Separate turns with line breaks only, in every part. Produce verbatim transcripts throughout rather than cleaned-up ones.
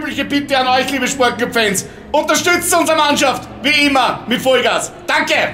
höfliche Bitte an euch, liebe Sportclub-Fans. Unterstützt unsere Mannschaft, wie immer, mit Vollgas. Danke!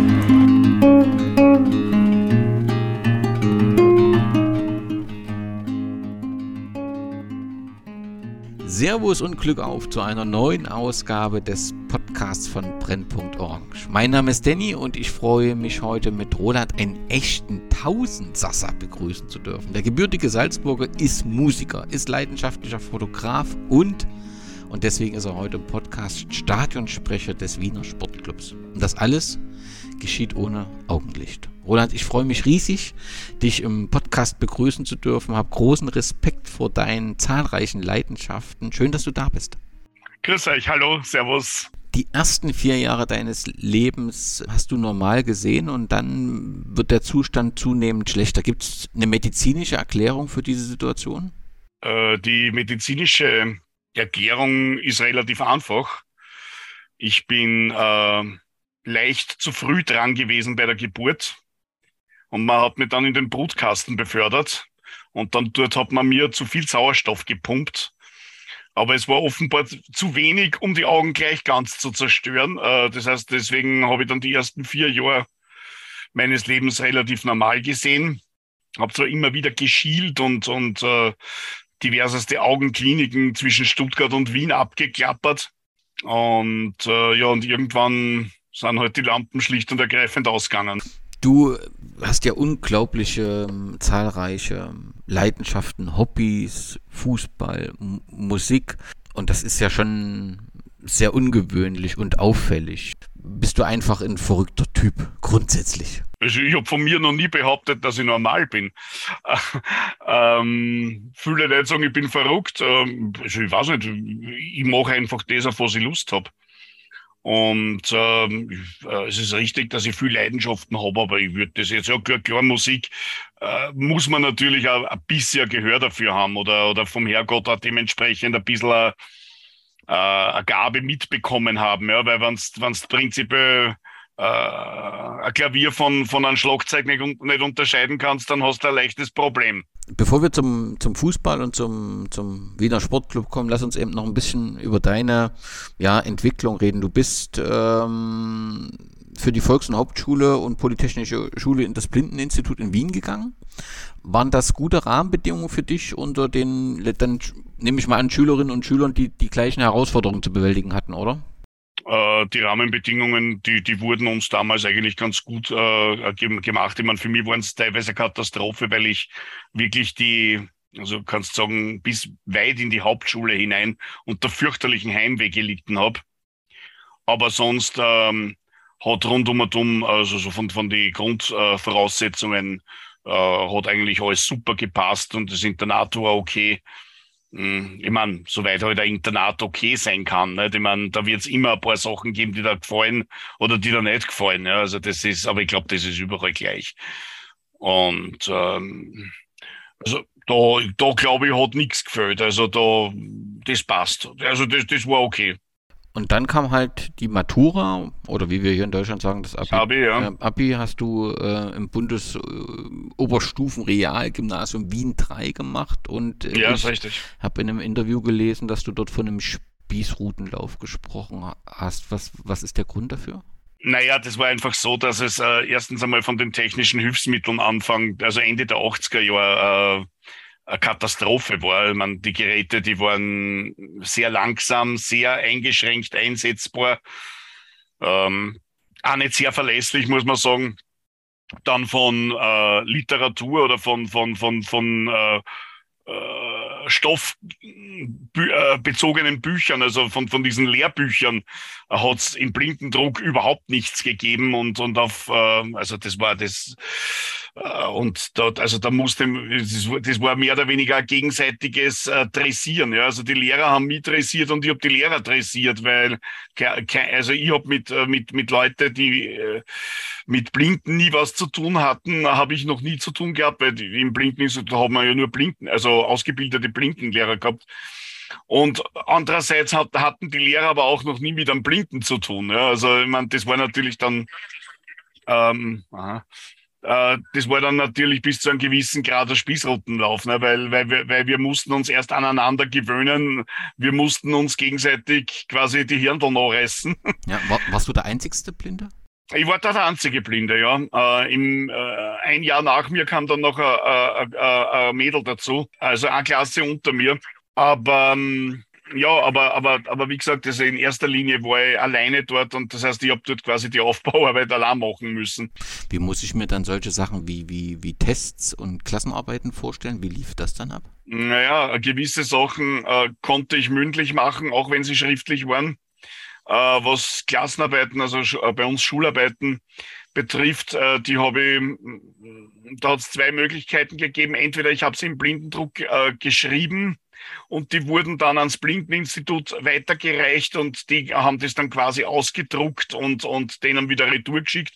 Servus und Glück auf zu einer neuen Ausgabe des Podcasts von Brennpunkt Orange. Mein Name ist Danny und ich freue mich heute mit Roland einen echten Tausendsasser begrüßen zu dürfen. Der gebürtige Salzburger ist Musiker, ist leidenschaftlicher Fotograf und, und deswegen ist er heute im Podcast Stadionsprecher des Wiener Sportclubs. Und das alles geschieht ohne Augenlicht. Roland, ich freue mich riesig, dich im Podcast begrüßen zu dürfen, habe großen Respekt vor deinen zahlreichen Leidenschaften. Schön, dass du da bist.
Grüß euch, hallo, servus.
Die ersten vier Jahre deines Lebens hast du normal gesehen und dann wird der Zustand zunehmend schlechter. Gibt es eine medizinische Erklärung für diese Situation?
Äh, die medizinische Erklärung ist relativ einfach. Ich bin äh, leicht zu früh dran gewesen bei der Geburt. Und man hat mich dann in den Brutkasten befördert und dann dort hat man mir zu viel Sauerstoff gepumpt. Aber es war offenbar zu wenig, um die Augen gleich ganz zu zerstören. Das heißt, deswegen habe ich dann die ersten vier Jahre meines Lebens relativ normal gesehen. Habe zwar immer wieder geschielt und, und äh, diverseste Augenkliniken zwischen Stuttgart und Wien abgeklappert. Und äh, ja, und irgendwann sind halt die Lampen schlicht und ergreifend ausgegangen.
Du hast ja unglaubliche, zahlreiche Leidenschaften, Hobbys, Fußball, M- Musik und das ist ja schon sehr ungewöhnlich und auffällig. Bist du einfach ein verrückter Typ, grundsätzlich?
Also ich habe von mir noch nie behauptet, dass ich normal bin. ähm, viele Leute sagen, ich bin verrückt. Ähm, also ich weiß nicht, ich mache einfach das, auf was ich Lust habe. Und ähm, äh, es ist richtig, dass ich viel Leidenschaften habe, aber ich würde das jetzt, ja klar, klar Musik äh, muss man natürlich auch ein bisschen Gehör dafür haben oder, oder vom Herrgott auch dementsprechend ein bisschen eine, äh, eine Gabe mitbekommen haben, ja, weil wenn's, wenn's prinzipiell äh, ein Klavier von, von einem Schlagzeug nicht, nicht unterscheiden kannst, dann hast du ein leichtes Problem.
Bevor wir zum, zum Fußball und zum, zum Wiener Sportclub kommen, lass uns eben noch ein bisschen über deine ja, Entwicklung reden. Du bist ähm, für die Volks- und Hauptschule und Polytechnische Schule in das Blindeninstitut in Wien gegangen. Waren das gute Rahmenbedingungen für dich unter den, dann nehme ich mal an, Schülerinnen und Schülern, die die gleichen Herausforderungen zu bewältigen hatten, oder?
Die Rahmenbedingungen, die, die wurden uns damals eigentlich ganz gut äh, gemacht. Ich meine, für mich waren es teilweise Katastrophe, weil ich wirklich die, also kannst sagen, bis weit in die Hauptschule hinein unter fürchterlichen Heimweh gelitten habe. Aber sonst ähm, hat rundum und um, also so von, von den Grundvoraussetzungen, äh, hat eigentlich alles super gepasst und das Internat war okay. Ich meine, soweit halt ein Internat okay sein kann. Nicht? Ich meine, da wird es immer ein paar Sachen geben, die da gefallen oder die da nicht gefallen. Ja? Also das ist, aber ich glaube, das ist überall gleich. Und ähm, also da, da glaube ich, hat nichts gefällt. Also da, das passt. Also das, das war okay.
Und dann kam halt die Matura, oder wie wir hier in Deutschland sagen, das Abi.
Abi, ja.
Äh, Abi hast du äh, im Bundesoberstufenrealgymnasium Wien drei gemacht und äh,
ja,
ich
ist richtig.
habe in einem Interview gelesen, dass du dort von einem Spießrutenlauf gesprochen hast. Was, was ist der Grund dafür?
Naja, das war einfach so, dass es äh, erstens einmal von den technischen Hilfsmitteln anfängt, also Ende der achtziger Jahre, äh, eine Katastrophe war. Ich meine, die Geräte, die waren sehr langsam, sehr eingeschränkt einsetzbar, ähm, auch nicht sehr verlässlich, muss man sagen. Dann von äh, Literatur oder von von von von äh, äh, stoffbezogenen Büchern, also von von diesen Lehrbüchern, äh, hat es im Blindendruck überhaupt nichts gegeben und und auf äh, also das war das äh, und dort also da musste das, das war mehr oder weniger ein gegenseitiges äh, Dressieren, ja, also die Lehrer haben mich dressiert und ich habe die Lehrer dressiert, weil also ich habe mit mit mit Leute, die äh, mit Blinden nie was zu tun hatten, habe ich noch nie zu tun gehabt, weil im Blindeninstitut haben wir ja nur Blinden, also ausgebildete Blindenlehrer gehabt. Und andererseits hat, hatten die Lehrer aber auch noch nie mit einem Blinden zu tun. Ja. Also ich meine, das war natürlich dann ähm, aha, äh, das war dann natürlich bis zu einem gewissen Grad der Spießrutenlauf, ne? weil, weil, wir, weil wir mussten uns erst aneinander gewöhnen. Wir mussten uns gegenseitig quasi die Hirnl nachreißen.
Ja, war, warst du der einzigste Blinde?
Ich war da der einzige Blinde, ja. Äh, im, äh, ein Jahr nach mir kam dann noch ein, ein, ein Mädel dazu, also eine Klasse unter mir. Aber ähm, ja, aber, aber, aber wie gesagt, also in erster Linie war ich alleine dort und das heißt, ich habe dort quasi die Aufbauarbeit allein machen müssen.
Wie muss ich mir dann solche Sachen wie, wie, wie Tests und Klassenarbeiten vorstellen? Wie lief das dann ab?
Naja, gewisse Sachen äh, konnte ich mündlich machen, auch wenn sie schriftlich waren. Äh, was Klassenarbeiten, also äh, bei uns Schularbeiten betrifft, äh, die habe ich, da hat es zwei Möglichkeiten gegeben. Entweder ich habe sie im Blindendruck äh, geschrieben und die wurden dann ans Blindeninstitut weitergereicht und die haben das dann quasi ausgedruckt und, und denen wieder retour geschickt.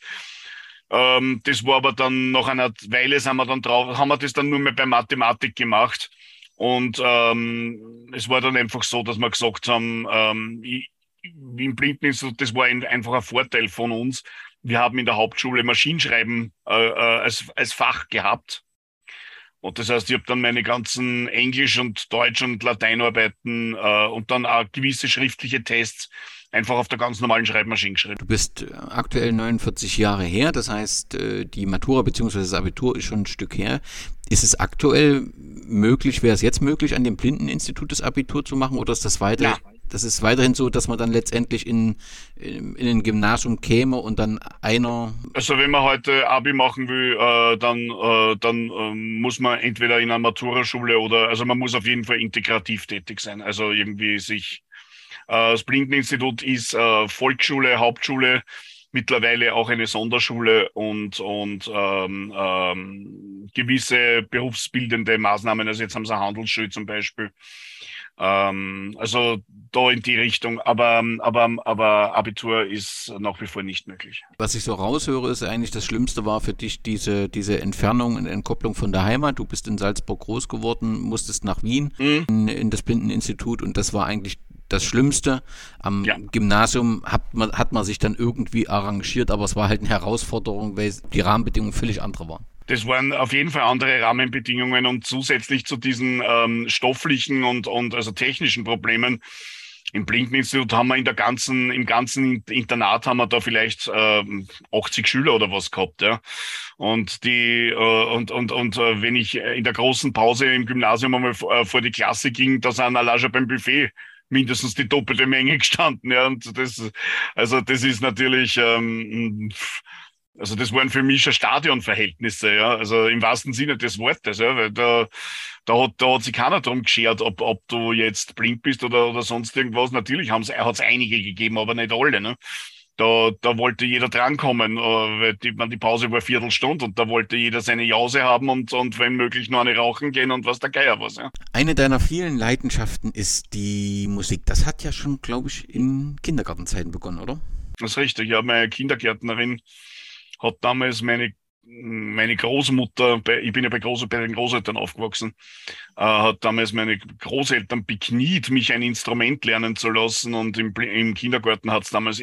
Ähm, das war aber dann nach einer Weile sind wir dann drauf, haben wir das dann nur mehr bei Mathematik gemacht. Und ähm, es war dann einfach so, dass wir gesagt haben, ähm, ich, im Blindeninstitut, das war ein, einfach ein Vorteil von uns. Wir haben in der Hauptschule Maschinenschreiben äh, äh, als, als Fach gehabt. Und das heißt, ich habe dann meine ganzen Englisch- und Deutsch- und Lateinarbeiten äh, und dann auch gewisse schriftliche Tests einfach auf der ganz normalen Schreibmaschine geschrieben.
Du bist aktuell neunundvierzig Jahre her, das heißt, die Matura bzw. das Abitur ist schon ein Stück her. Ist es aktuell möglich, wäre es jetzt möglich, an dem Blindeninstitut das Abitur zu machen oder ist das weiter? Ja. Das ist weiterhin so, dass man dann letztendlich in, in, in ein Gymnasium käme und dann einer...
Also wenn man heute Abi machen will, äh, dann, äh, dann äh, muss man entweder in einer Maturaschule oder, also man muss auf jeden Fall integrativ tätig sein. Also irgendwie sich... Äh, das Blindeninstitut ist äh, Volksschule, Hauptschule, mittlerweile auch eine Sonderschule und, und ähm, ähm, gewisse berufsbildende Maßnahmen. Also jetzt haben sie eine Handelsschule zum Beispiel. Ähm, also da in die Richtung, aber, aber, aber Abitur ist nach wie vor nicht möglich.
Was ich so raushöre, ist eigentlich das Schlimmste war für dich diese, diese Entfernung und Entkopplung von der Heimat. Du bist in Salzburg groß geworden, musstest nach Wien mhm. in, in das Blindeninstitut und das war eigentlich das Schlimmste. Am ja. Gymnasium hat man, hat man sich dann irgendwie arrangiert, aber es war halt eine Herausforderung, weil die Rahmenbedingungen völlig andere waren.
Das waren auf jeden Fall andere Rahmenbedingungen und zusätzlich zu diesen ähm, stofflichen und, und also technischen Problemen im Blindeninstitut haben wir in der ganzen, im ganzen Internat haben wir da vielleicht ähm, achtzig Schüler oder was gehabt, ja. Und die äh, und und und äh, wenn ich in der großen Pause im Gymnasium einmal äh, vor die Klasse ging, da sind allein schon beim Buffet mindestens die doppelte Menge gestanden, ja. Und das, also das ist natürlich ähm, Also das waren für mich schon Stadionverhältnisse, ja, also im wahrsten Sinne des Wortes, ja, weil da, da hat, da hat sich keiner drum geschert, ob, ob du jetzt blind bist oder, oder sonst irgendwas. Natürlich haben es, hat es einige gegeben, aber nicht alle, ne. Da, da wollte jeder drankommen, weil die, die Pause war eine Viertelstunde und da wollte jeder seine Jause haben und, und wenn möglich noch eine rauchen gehen und was der Geier was, ja.
Eine deiner vielen Leidenschaften ist die Musik. Das hat ja schon, glaube ich, in Kindergartenzeiten begonnen, oder?
Das ist richtig, ja, meine Kindergärtnerin hat damals meine, meine Großmutter, bei, ich bin ja bei, Groß, bei den Großeltern aufgewachsen, äh, hat damals meine Großeltern bekniet, mich ein Instrument lernen zu lassen und im, im Kindergarten hat es damals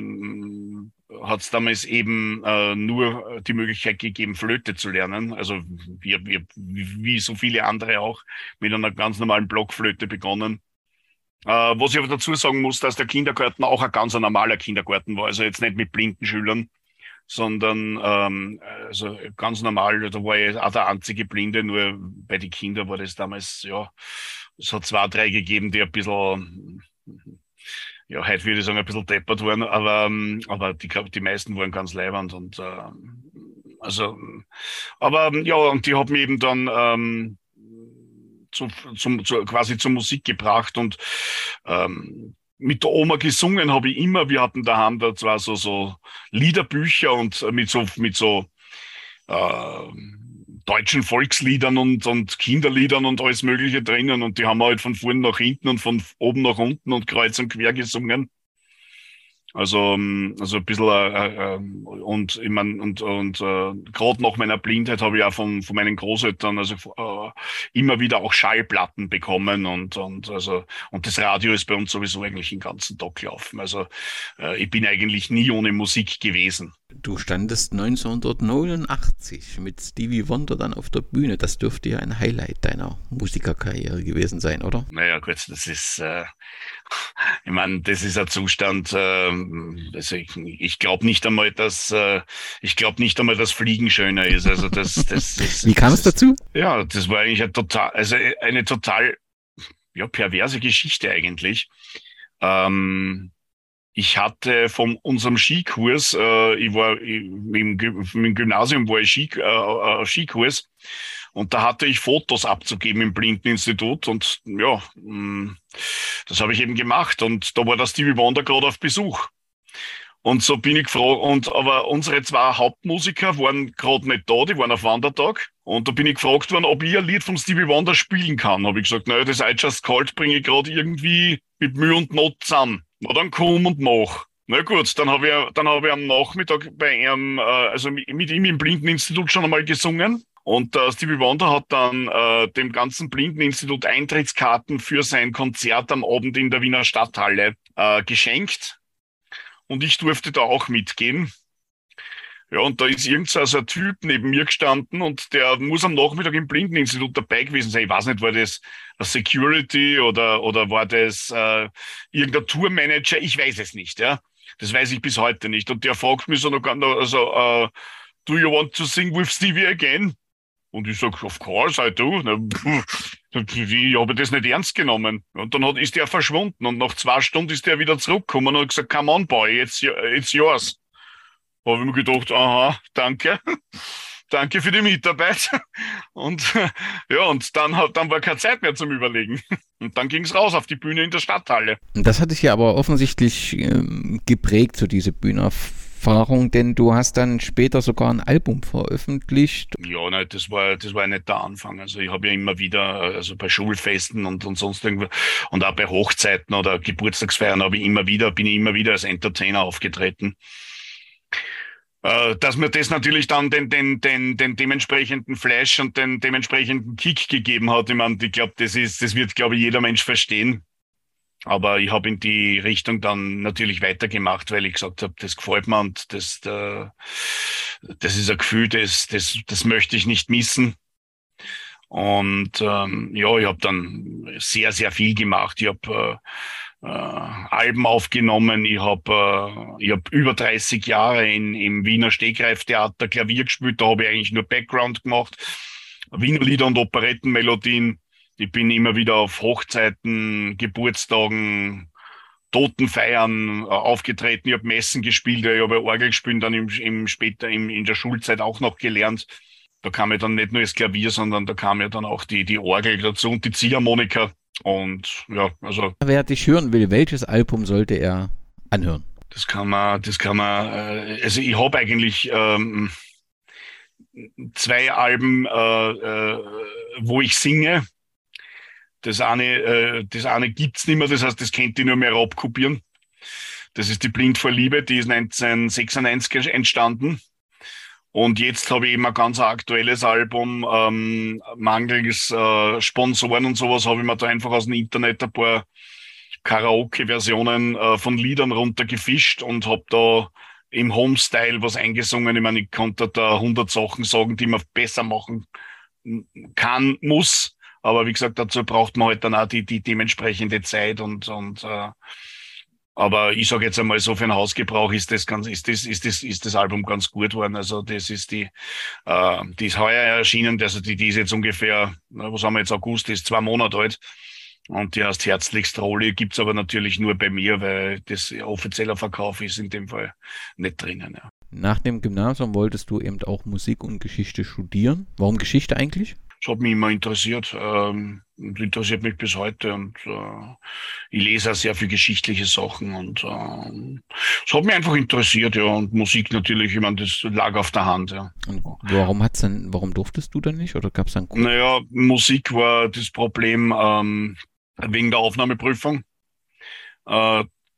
eben, hat's damals eben äh, nur die Möglichkeit gegeben, Flöte zu lernen, also wir, wir, wie so viele andere auch, mit einer ganz normalen Blockflöte begonnen. Uh, was ich aber dazu sagen muss, dass der Kindergarten auch ein ganz normaler Kindergarten war, also jetzt nicht mit blinden Schülern, sondern ähm, also ganz normal, da war ich auch der einzige Blinde, nur bei den Kindern war das damals, ja, es hat zwei, drei gegeben, die ein bisschen, ja, heute würde ich sagen, ein bisschen deppert waren, aber, aber die, die meisten waren ganz leibernd und äh, also, aber ja, und die haben mich eben dann ähm, zu, zum, zu, quasi zur Musik gebracht und ähm, mit der Oma gesungen habe ich immer. Wir hatten daheim da zwar so, so Liederbücher und mit so, mit so äh, deutschen Volksliedern und, und Kinderliedern und alles Mögliche drinnen. Und die haben wir halt von vorn nach hinten und von oben nach unten und kreuz und quer gesungen. Also, also ein bisschen, äh, äh, und ich mein, und, und äh, gerade nach meiner Blindheit habe ich auch von, von meinen Großeltern also äh, immer wieder auch Schallplatten bekommen und, und also und das Radio ist bei uns sowieso eigentlich den ganzen Tag gelaufen. Also äh, ich bin eigentlich nie ohne Musik gewesen.
Du standest neunzehnhundertneunundachtzig mit Stevie Wonder dann auf der Bühne. Das dürfte ja ein Highlight deiner Musikerkarriere gewesen sein, oder?
Naja, gut, das ist, äh, ich meine, das ist ein Zustand, äh, also ich, ich glaube nicht einmal, dass, äh, ich glaube nicht einmal, dass Fliegen schöner ist. Also das, das, das
Wie kam es dazu?
Ja, das war eigentlich ein total, also eine total, ja, perverse Geschichte eigentlich. Ähm, Ich hatte von unserem Skikurs, äh, ich war ich, im, im Gymnasium war ich Ski, äh, äh, Skikurs und da hatte ich Fotos abzugeben im Blindeninstitut und ja, mh, das habe ich eben gemacht und da war der Stevie Wonder gerade auf Besuch. Und so bin ich gefragt, und aber unsere zwei Hauptmusiker waren gerade nicht da, die waren auf Wandertag. Und da bin ich gefragt worden, ob ich ein Lied von Stevie Wonder spielen kann. Habe ich gesagt, naja, das I Just Called bringe ich gerade irgendwie mit Mühe und Not zusammen. Na dann komm und mach. Na gut, dann habe ich, dann habe ich am Nachmittag bei ihm, äh, also mit, mit ihm im Blindeninstitut schon einmal gesungen. Und äh, Stevie Wonder hat dann äh, dem ganzen Blindeninstitut Eintrittskarten für sein Konzert am Abend in der Wiener Stadthalle äh, geschenkt. Und ich durfte da auch mitgehen. Ja, und da ist irgend so ein Typ neben mir gestanden und der muss am Nachmittag im Blindeninstitut dabei gewesen sein. Ich weiß nicht, war das ein Security oder, oder war das äh, irgendein Tourmanager? Ich weiß es nicht, ja. Das weiß ich bis heute nicht. Und der fragt mich so noch ganz, also, uh, do you want to sing with Stevie again? Und ich sag, of course I do. Ich habe das nicht ernst genommen. Und dann hat, ist der verschwunden. Und nach zwei Stunden ist der wieder zurückgekommen und hat gesagt, come on, boy, it's, it's yours. Habe ich mir gedacht, aha, danke. Danke für die Mitarbeit. Und ja, und dann, hat, dann war keine Zeit mehr zum Überlegen. Und dann ging es raus auf die Bühne in der Stadthalle.
Das hat dich ja aber offensichtlich ähm, geprägt, so diese Bühnenerfahrung, denn du hast dann später sogar ein Album veröffentlicht.
Ja, ne, das war das war nicht der Anfang. Also ich habe ja immer wieder, also bei Schulfesten und, und sonst irgendwo und auch bei Hochzeiten oder Geburtstagsfeiern habe ich immer wieder, bin ich immer wieder als Entertainer aufgetreten. Dass mir das natürlich dann den, den, den, den dementsprechenden Flash und den dementsprechenden Kick gegeben hat. Ich meine, ich glaube, das ist, das wird, glaube ich, jeder Mensch verstehen. Aber ich habe in die Richtung dann natürlich weitergemacht, weil ich gesagt habe, das gefällt mir und das, das ist ein Gefühl, das, das, das möchte ich nicht missen. Und ähm, ja, ich habe dann sehr, sehr viel gemacht. Ich habe äh, äh, Alben aufgenommen. Ich habe äh, ich hab über dreißig Jahre in, im Wiener Stegreiftheater Klavier gespielt. Da habe ich eigentlich nur Background gemacht. Wiener Lieder und Operettenmelodien. Ich bin immer wieder auf Hochzeiten, Geburtstagen, Totenfeiern äh, aufgetreten. Ich habe Messen gespielt. Ich habe Orgel gespielt, dann im, im später im, in der Schulzeit auch noch gelernt. Da kam ja dann nicht nur das Klavier, sondern da kam ja dann auch die, die Orgel dazu und die Ziehharmonika. Und ja, also.
Wer dich hören will, welches Album sollte er anhören?
Das kann man, das kann man, äh, also ich habe eigentlich ähm, zwei Alben, äh, äh, wo ich singe. Das eine, äh, das eine gibt's nicht mehr, das heißt, das könnt ihr nur mehr abkopieren. Das ist die Blind vor Liebe, die ist neunzehnhundertsechsundneunzig entstanden. Und jetzt habe ich eben ein ganz aktuelles Album, ähm, mangels äh, Sponsoren und sowas, habe ich mir da einfach aus dem Internet ein paar Karaoke-Versionen äh, von Liedern runtergefischt und habe da im Home-Style was eingesungen. Ich meine, ich konnte da hundert Sachen sagen, die man besser machen kann, muss. Aber wie gesagt, dazu braucht man halt dann auch die, die dementsprechende Zeit und, und äh, aber ich sage jetzt einmal so, für einen Hausgebrauch ist das ganz, ist das, ist das, ist das Album ganz gut worden. Also das ist die, äh, die ist heuer erschienen, also die, die ist jetzt ungefähr, was haben wir jetzt, August, die ist zwei Monate alt. Und die heißt Herzlichst Rolli, gibt's aber natürlich nur bei mir, weil das offizieller Verkauf ist in dem Fall nicht drinnen. Ja.
Nach dem Gymnasium wolltest du eben auch Musik und Geschichte studieren. Warum Geschichte eigentlich?
Das hat mich immer interessiert ähm, und interessiert mich bis heute und äh, ich lese auch sehr viel geschichtliche Sachen und äh, es hat mich einfach interessiert, ja, und Musik natürlich, ich meine, das lag auf der Hand, ja.
Und warum hat's denn, warum durftest du denn nicht oder gab's dann?
Naja, Musik war das Problem ähm, wegen der Aufnahmeprüfung. Äh,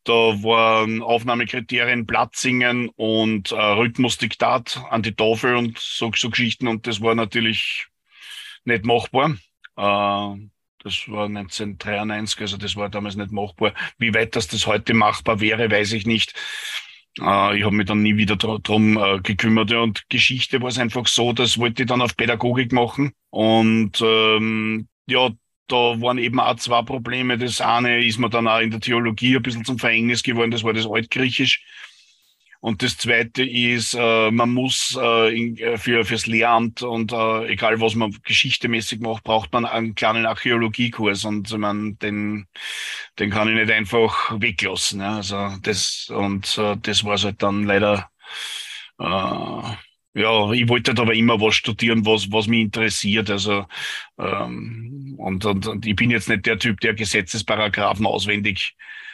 Da waren Aufnahmekriterien Plattsingen und äh, Rhythmusdiktat an die Tafel und so, so Geschichten. Und das war natürlich nicht machbar. Äh, das war neunzehnhundertdreiundneunzig, also das war damals nicht machbar. Wie weit das, das heute machbar wäre, weiß ich nicht. Äh, ich habe mich dann nie wieder dr drum äh, gekümmert. Ja, und Geschichte war es einfach so, das wollte ich dann auf Pädagogik machen. Und ähm, ja, da waren eben auch zwei Probleme. Das eine ist mir dann auch in der Theologie ein bisschen zum Verhängnis geworden, das war das Altgriechisch. Und das zweite ist, äh, man muss äh, in, äh, für fürs Lehramt und äh, egal was man geschichtemäßig macht, braucht man einen kleinen Archäologiekurs und ich mein, den den kann ich nicht einfach weglassen. Ja. Also das und äh, das war halt dann leider. Äh, ja, ich wollte halt aber immer was studieren, was was mich interessiert. Also ähm, und, und und ich bin jetzt nicht der Typ, der Gesetzesparagraphen auswendig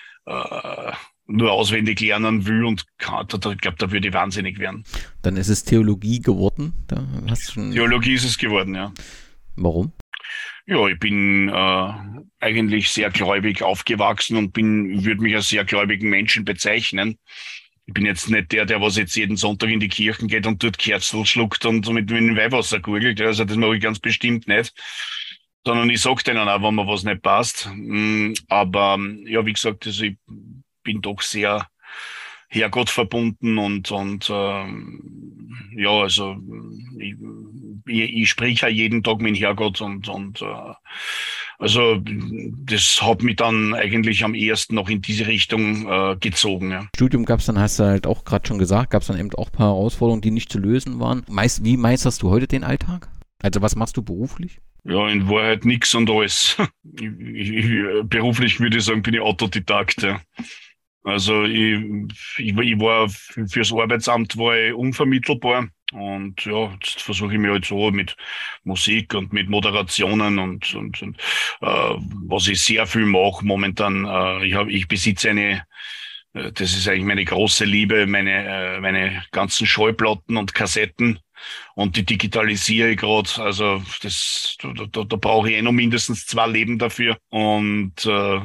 äh, nur auswendig lernen will und kann. Da, ich glaube, da würde ich wahnsinnig werden.
Dann ist es Theologie geworden. Da hast du schon
Theologie ist es geworden, ja.
Warum?
Ja, ich bin äh, eigentlich sehr gläubig aufgewachsen und bin, würde mich als sehr gläubigen Menschen bezeichnen. Ich bin jetzt nicht der, der was jetzt jeden Sonntag in die Kirchen geht und dort Kerzel schluckt und mit, mit dem Weihwasser gurgelt. Also das mache ich ganz bestimmt nicht. Sondern ich sage denen auch, wenn mir was nicht passt. Aber ja, wie gesagt, also ich bin doch sehr Herrgott verbunden und und ähm, ja, also ich, ich, ich spreche ja jeden Tag mit dem Herrgott und und äh, also das hat mich dann eigentlich am ehesten noch in diese Richtung äh, gezogen. Ja.
Studium gab es dann, hast du halt auch gerade schon gesagt, gab es dann eben auch ein paar Herausforderungen, die nicht zu lösen waren. Meist, wie meisterst du heute den Alltag? Also was machst du beruflich?
Ja, in Wahrheit nix und alles. Ich, ich, ich, beruflich würde ich sagen, bin ich Autodidakt. Ja. Also ich, ich, ich war fürs Arbeitsamt war ich unvermittelbar und ja, jetzt versuche ich mich halt so mit Musik und mit Moderationen und, und, und äh, was ich sehr viel mache momentan. Äh, ich, hab, ich besitze eine, äh, das ist eigentlich meine große Liebe, meine, äh, meine ganzen Schallplatten und Kassetten. Und die digitalisiere ich gerade. Also das, da, da, da brauche ich eh noch mindestens zwei Leben dafür. Und äh,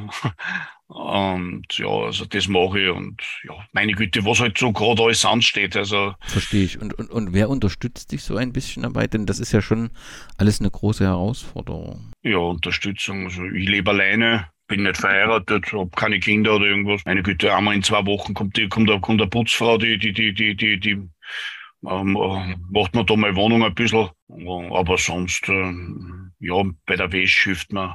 und ja, also das mache ich und ja, meine Güte, was halt so gerade alles ansteht. Also
verstehe ich. Und, und, und wer unterstützt dich so ein bisschen dabei? Denn das ist ja schon alles eine große Herausforderung.
Ja, Unterstützung. Also ich lebe alleine, bin nicht verheiratet, habe keine Kinder oder irgendwas. Meine Güte, einmal in zwei Wochen kommt die, kommt eine, kommt eine Putzfrau, die, die, die, die, die, die ähm, macht man da mal Wohnung ein bisschen. Aber sonst, äh, ja, bei der Wäsche hilft man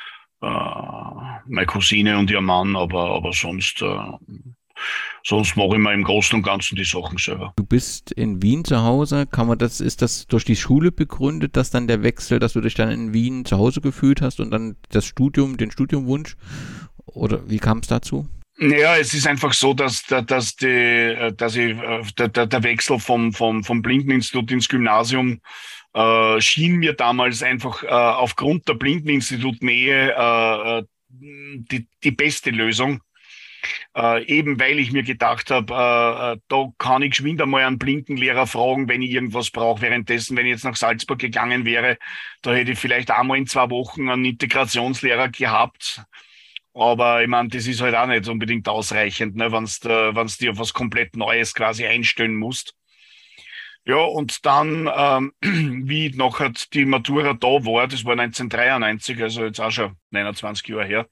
Uh, meine Cousine und ihr Mann, aber aber sonst uh, sonst mache ich mir im Großen und Ganzen die Sachen selber.
Du bist in Wien zu Hause, kann man das, ist das durch die Schule begründet, dass dann der Wechsel, dass du dich dann in Wien zu Hause gefühlt hast und dann das Studium, den Studiumwunsch? Oder wie kam es dazu?
Ja, es ist einfach so, dass dass die dass ich der, der Wechsel vom vom vom Blindeninstitut ins Gymnasium äh, schien mir damals einfach äh, aufgrund der Blindeninstitut-Nähe äh, die die beste Lösung. Äh, eben weil ich mir gedacht habe, äh, da kann ich geschwind einmal einen Blindenlehrer fragen, wenn ich irgendwas brauche. Währenddessen, wenn ich jetzt nach Salzburg gegangen wäre, da hätte ich vielleicht einmal in zwei Wochen einen Integrationslehrer gehabt. Aber ich meine, das ist halt auch nicht unbedingt ausreichend, ne, wenn du wenn's dir auf was komplett Neues quasi einstellen musst. Ja, und dann, ähm, wie nachher die Matura da war, das war neunzehnhundertdreiundneunzig, also jetzt auch schon neunundzwanzig Jahre her,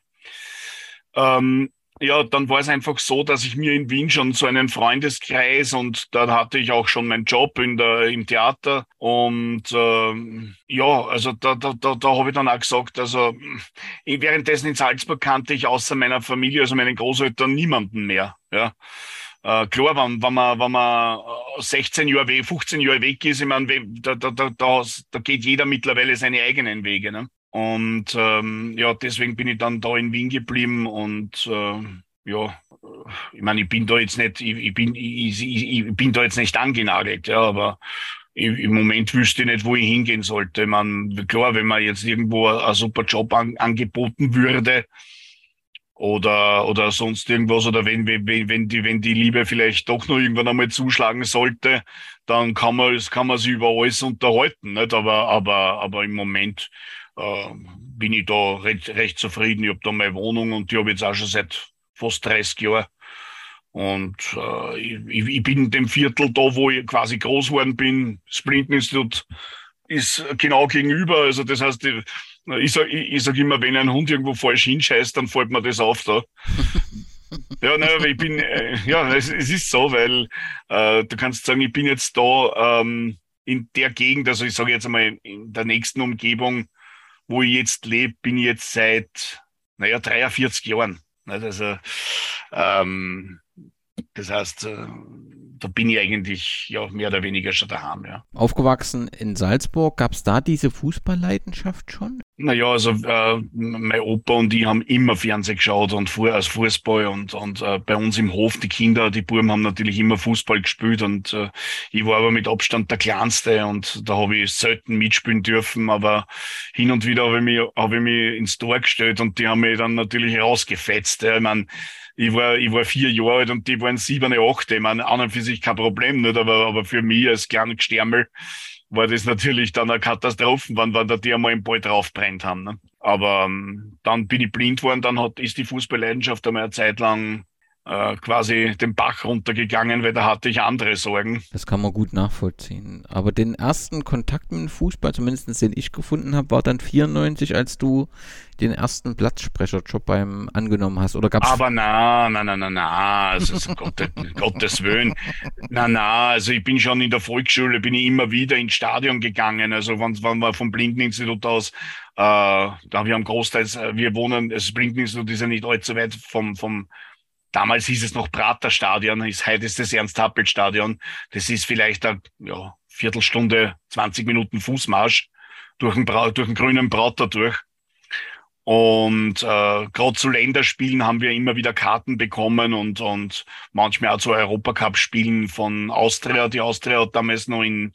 ähm, ja, dann war es einfach so, dass ich mir in Wien schon so einen Freundeskreis und da hatte ich auch schon meinen Job in der, im Theater und ähm, ja, also da, da, da, da habe ich dann auch gesagt, also ich, währenddessen in Salzburg kannte ich außer meiner Familie, also meinen Großeltern, niemanden mehr, ja. Äh, klar, wenn, wenn man, wenn man sechzehn Jahre weg, fünfzehn Jahre weg ist, ich meine, da, da, da, da, da geht jeder mittlerweile seine eigenen Wege, ne? Und ähm, ja, deswegen bin ich dann da in Wien geblieben und äh, ja, ich meine, ich bin da jetzt nicht, ich, ich bin, ich, ich, ich bin da jetzt nicht angenagelt, ja, aber ich, im Moment wüsste ich nicht, wo ich hingehen sollte. Ich meine, klar, wenn man jetzt irgendwo ein, ein super Job an, angeboten würde oder oder sonst irgendwas oder wenn wenn wenn die wenn die Liebe vielleicht doch noch irgendwann einmal zuschlagen sollte, dann kann man kann man sich über alles unterhalten, nicht? Aber aber aber im Moment äh, bin ich da recht, recht zufrieden. Ich habe da meine Wohnung und die habe ich jetzt auch schon seit fast dreißig Jahre. Und äh, ich, ich bin in dem Viertel da, wo ich quasi groß geworden bin. Das Blindeninstitut ist genau gegenüber. Also das heißt, ich, ich sage ich sag immer, wenn ein Hund irgendwo falsch hinscheißt, dann fällt mir das auf da. Ja, nein, aber ich bin, äh, ja, es, es ist so, weil äh, du kannst sagen, ich bin jetzt da ähm, in der Gegend, also ich sage jetzt einmal in der nächsten Umgebung, wo ich jetzt lebe, bin ich jetzt seit, naja, dreiundvierzig Jahren. Also, ähm, das heißt, äh, da bin ich eigentlich ja mehr oder weniger schon daheim, ja.
Aufgewachsen in Salzburg, gab es da diese Fußballleidenschaft schon?
Naja, also äh, mein Opa und ich haben immer Fernsehen geschaut und vorher als Fußball und und äh, bei uns im Hof, die Kinder, die Buben haben natürlich immer Fußball gespielt und äh, ich war aber mit Abstand der Kleinste und da habe ich selten mitspielen dürfen, aber hin und wieder habe ich mich, habe ich mich ins Tor gestellt und die haben mich dann natürlich rausgefetzt. Ja. Ich meine, ich war, ich war vier Jahre alt und die waren sieben, acht. Ich meine, an und für sich kein Problem, nicht, aber, aber für mich als kleiner Gestärmel war das natürlich dann eine Katastrophe, wenn, wenn da die einmal im Ball draufbrennt haben. Ne? Aber ähm, dann bin ich blind worden, dann hat, ist die Fußballleidenschaft einmal eine Zeit lang äh, quasi den Bach runtergegangen, weil da hatte ich andere Sorgen.
Das kann man gut nachvollziehen. Aber den ersten Kontakt mit dem Fußball, zumindest den ich gefunden habe, war dann vierundneunzig, als du den ersten Platzsprecherjob beim angenommen hast. Oder gab's
Aber na, na, na, na, na, also so Gottes, Gottes Willen. Na, na, also ich bin schon in der Volksschule, bin ich immer wieder ins Stadion gegangen. Also wenn, wenn wir vom Blindeninstitut aus, äh, da wir haben großteils, wir wohnen, das Blindeninstitut ist ja nicht allzu weit vom, vom, damals hieß es noch Praterstadion, ist, heute ist das Ernst-Happel-Stadion. Das ist vielleicht eine ja, Viertelstunde, zwanzig Minuten Fußmarsch durch den, Bra- durch den grünen Prater durch. Und äh, gerade zu Länderspielen haben wir immer wieder Karten bekommen und und manchmal auch zu Europacup-Spielen von Austria. Die Austria hat damals noch in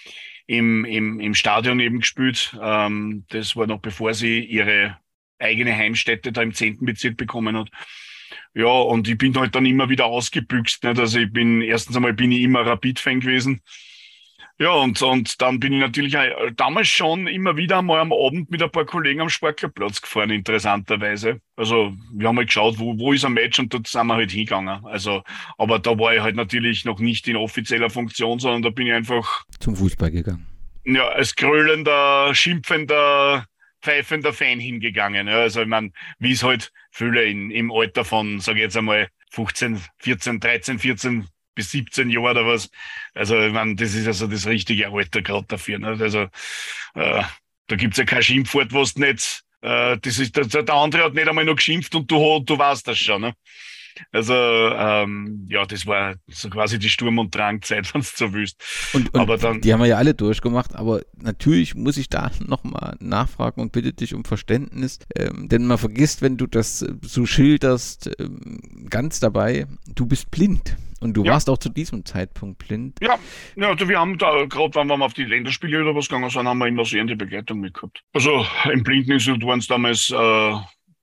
im im im Stadion eben gespielt. Ähm, das war noch bevor sie ihre eigene Heimstätte da im zehnten Bezirk bekommen hat. Ja, und ich bin halt dann immer wieder ausgebüxt. Nicht? Also ich bin, erstens einmal bin ich immer Rapid-Fan gewesen. Ja, und, und dann bin ich natürlich auch damals schon immer wieder mal am Abend mit ein paar Kollegen am Sportlerplatz gefahren, interessanterweise. Also wir haben halt geschaut, wo, wo ist ein Match und dort sind wir halt hingegangen. Also, aber da war ich halt natürlich noch nicht in offizieller Funktion, sondern da bin ich einfach
zum Fußball gegangen?
Ja, als gröhlender, schimpfender, pfeifender Fan hingegangen. Ja, also ich meine, wie es halt viele in, im Alter von, sage ich jetzt einmal, fünfzehn, vierzehn, dreizehn, vierzehn bis siebzehn Jahre oder was. Also ich meine, das ist also das richtige Alter gerade dafür. Ne? Also äh, da gibt's ja kein Schimpfwort, was nicht, äh, das ist, der, der andere hat nicht einmal noch geschimpft und du, du weißt das schon. Ne? Also ähm, ja, das war so quasi die Sturm- und Drangzeit, wenn du so willst.
Und, und
aber dann,
die haben wir ja alle durchgemacht, aber natürlich muss ich da nochmal nachfragen und bitte dich um Verständnis, ähm, denn man vergisst, wenn du das so schilderst, ähm, ganz dabei, du bist blind. Und du
ja.
warst auch zu diesem Zeitpunkt blind.
Ja, ja, also wir haben da, gerade wenn wir auf die Länderspiele oder was gegangen sind, haben wir immer sehende Begleitung mitgehabt. Also im Blindeninstitut waren es damals, äh,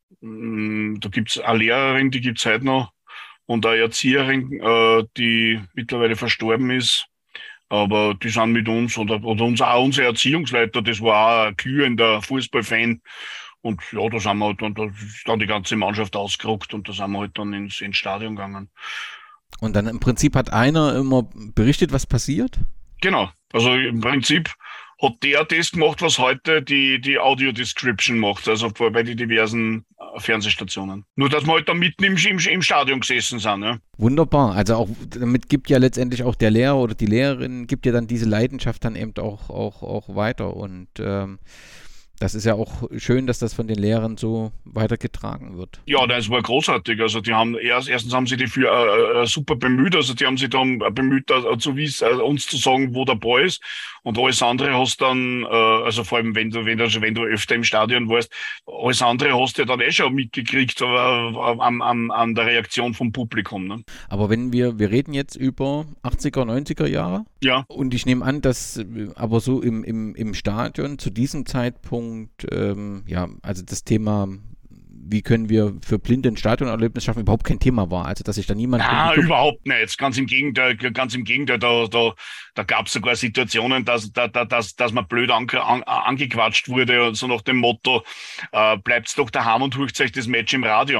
mh, da gibt's eine Lehrerin, die gibt's heute noch, und eine Erzieherin, äh, die mittlerweile verstorben ist. Aber die sind mit uns, oder, oder uns auch unser Erziehungsleiter, das war auch ein glühender Fußballfan. Und ja, da sind wir halt dann, da ist dann die ganze Mannschaft ausgerückt und da sind wir halt dann ins, ins Stadion gegangen.
Und dann im Prinzip hat einer immer berichtet, was passiert?
Genau. Also im Prinzip hat der das gemacht, was heute die, die Audio-Description macht, also bei den diversen Fernsehstationen. Nur, dass wir halt da mitten im, im, im Stadion gesessen sind. Ja.
Wunderbar. Also auch damit gibt ja letztendlich auch der Lehrer oder die Lehrerin, gibt ja dann diese Leidenschaft dann eben auch, auch, auch weiter. Und ähm, das ist ja auch schön, dass das von den Lehrern so weitergetragen wird.
Ja, das war großartig. Also die haben erst, erstens haben sie die für äh, äh, super bemüht. Also die haben sich dann bemüht, äh, zu wissen, äh, uns zu sagen, wo der Ball ist. Und alles andere hast dann, äh, also vor allem wenn du, wenn du, wenn du öfter im Stadion warst, alles andere hast du ja dann eh schon mitgekriegt äh, an, an, an der Reaktion vom Publikum. Ne?
Aber wenn wir, wir reden jetzt über achtziger, neunziger Jahre.
Ja.
Und ich nehme an, dass aber so im, im, im Stadion zu diesem Zeitpunkt Ähm, ja, also das Thema, wie können wir für Blinde ein Stadionerlebnis schaffen, überhaupt kein Thema war. Also, dass sich da niemand...
Ah, überhaupt nicht. Ganz im Gegenteil, ganz im Gegenteil, da, da, da gab es sogar Situationen, dass, da, da, dass, dass man blöd ange, an, angequatscht wurde, so nach dem Motto, äh, bleibt's doch daheim und hört euch das Match im Radio an.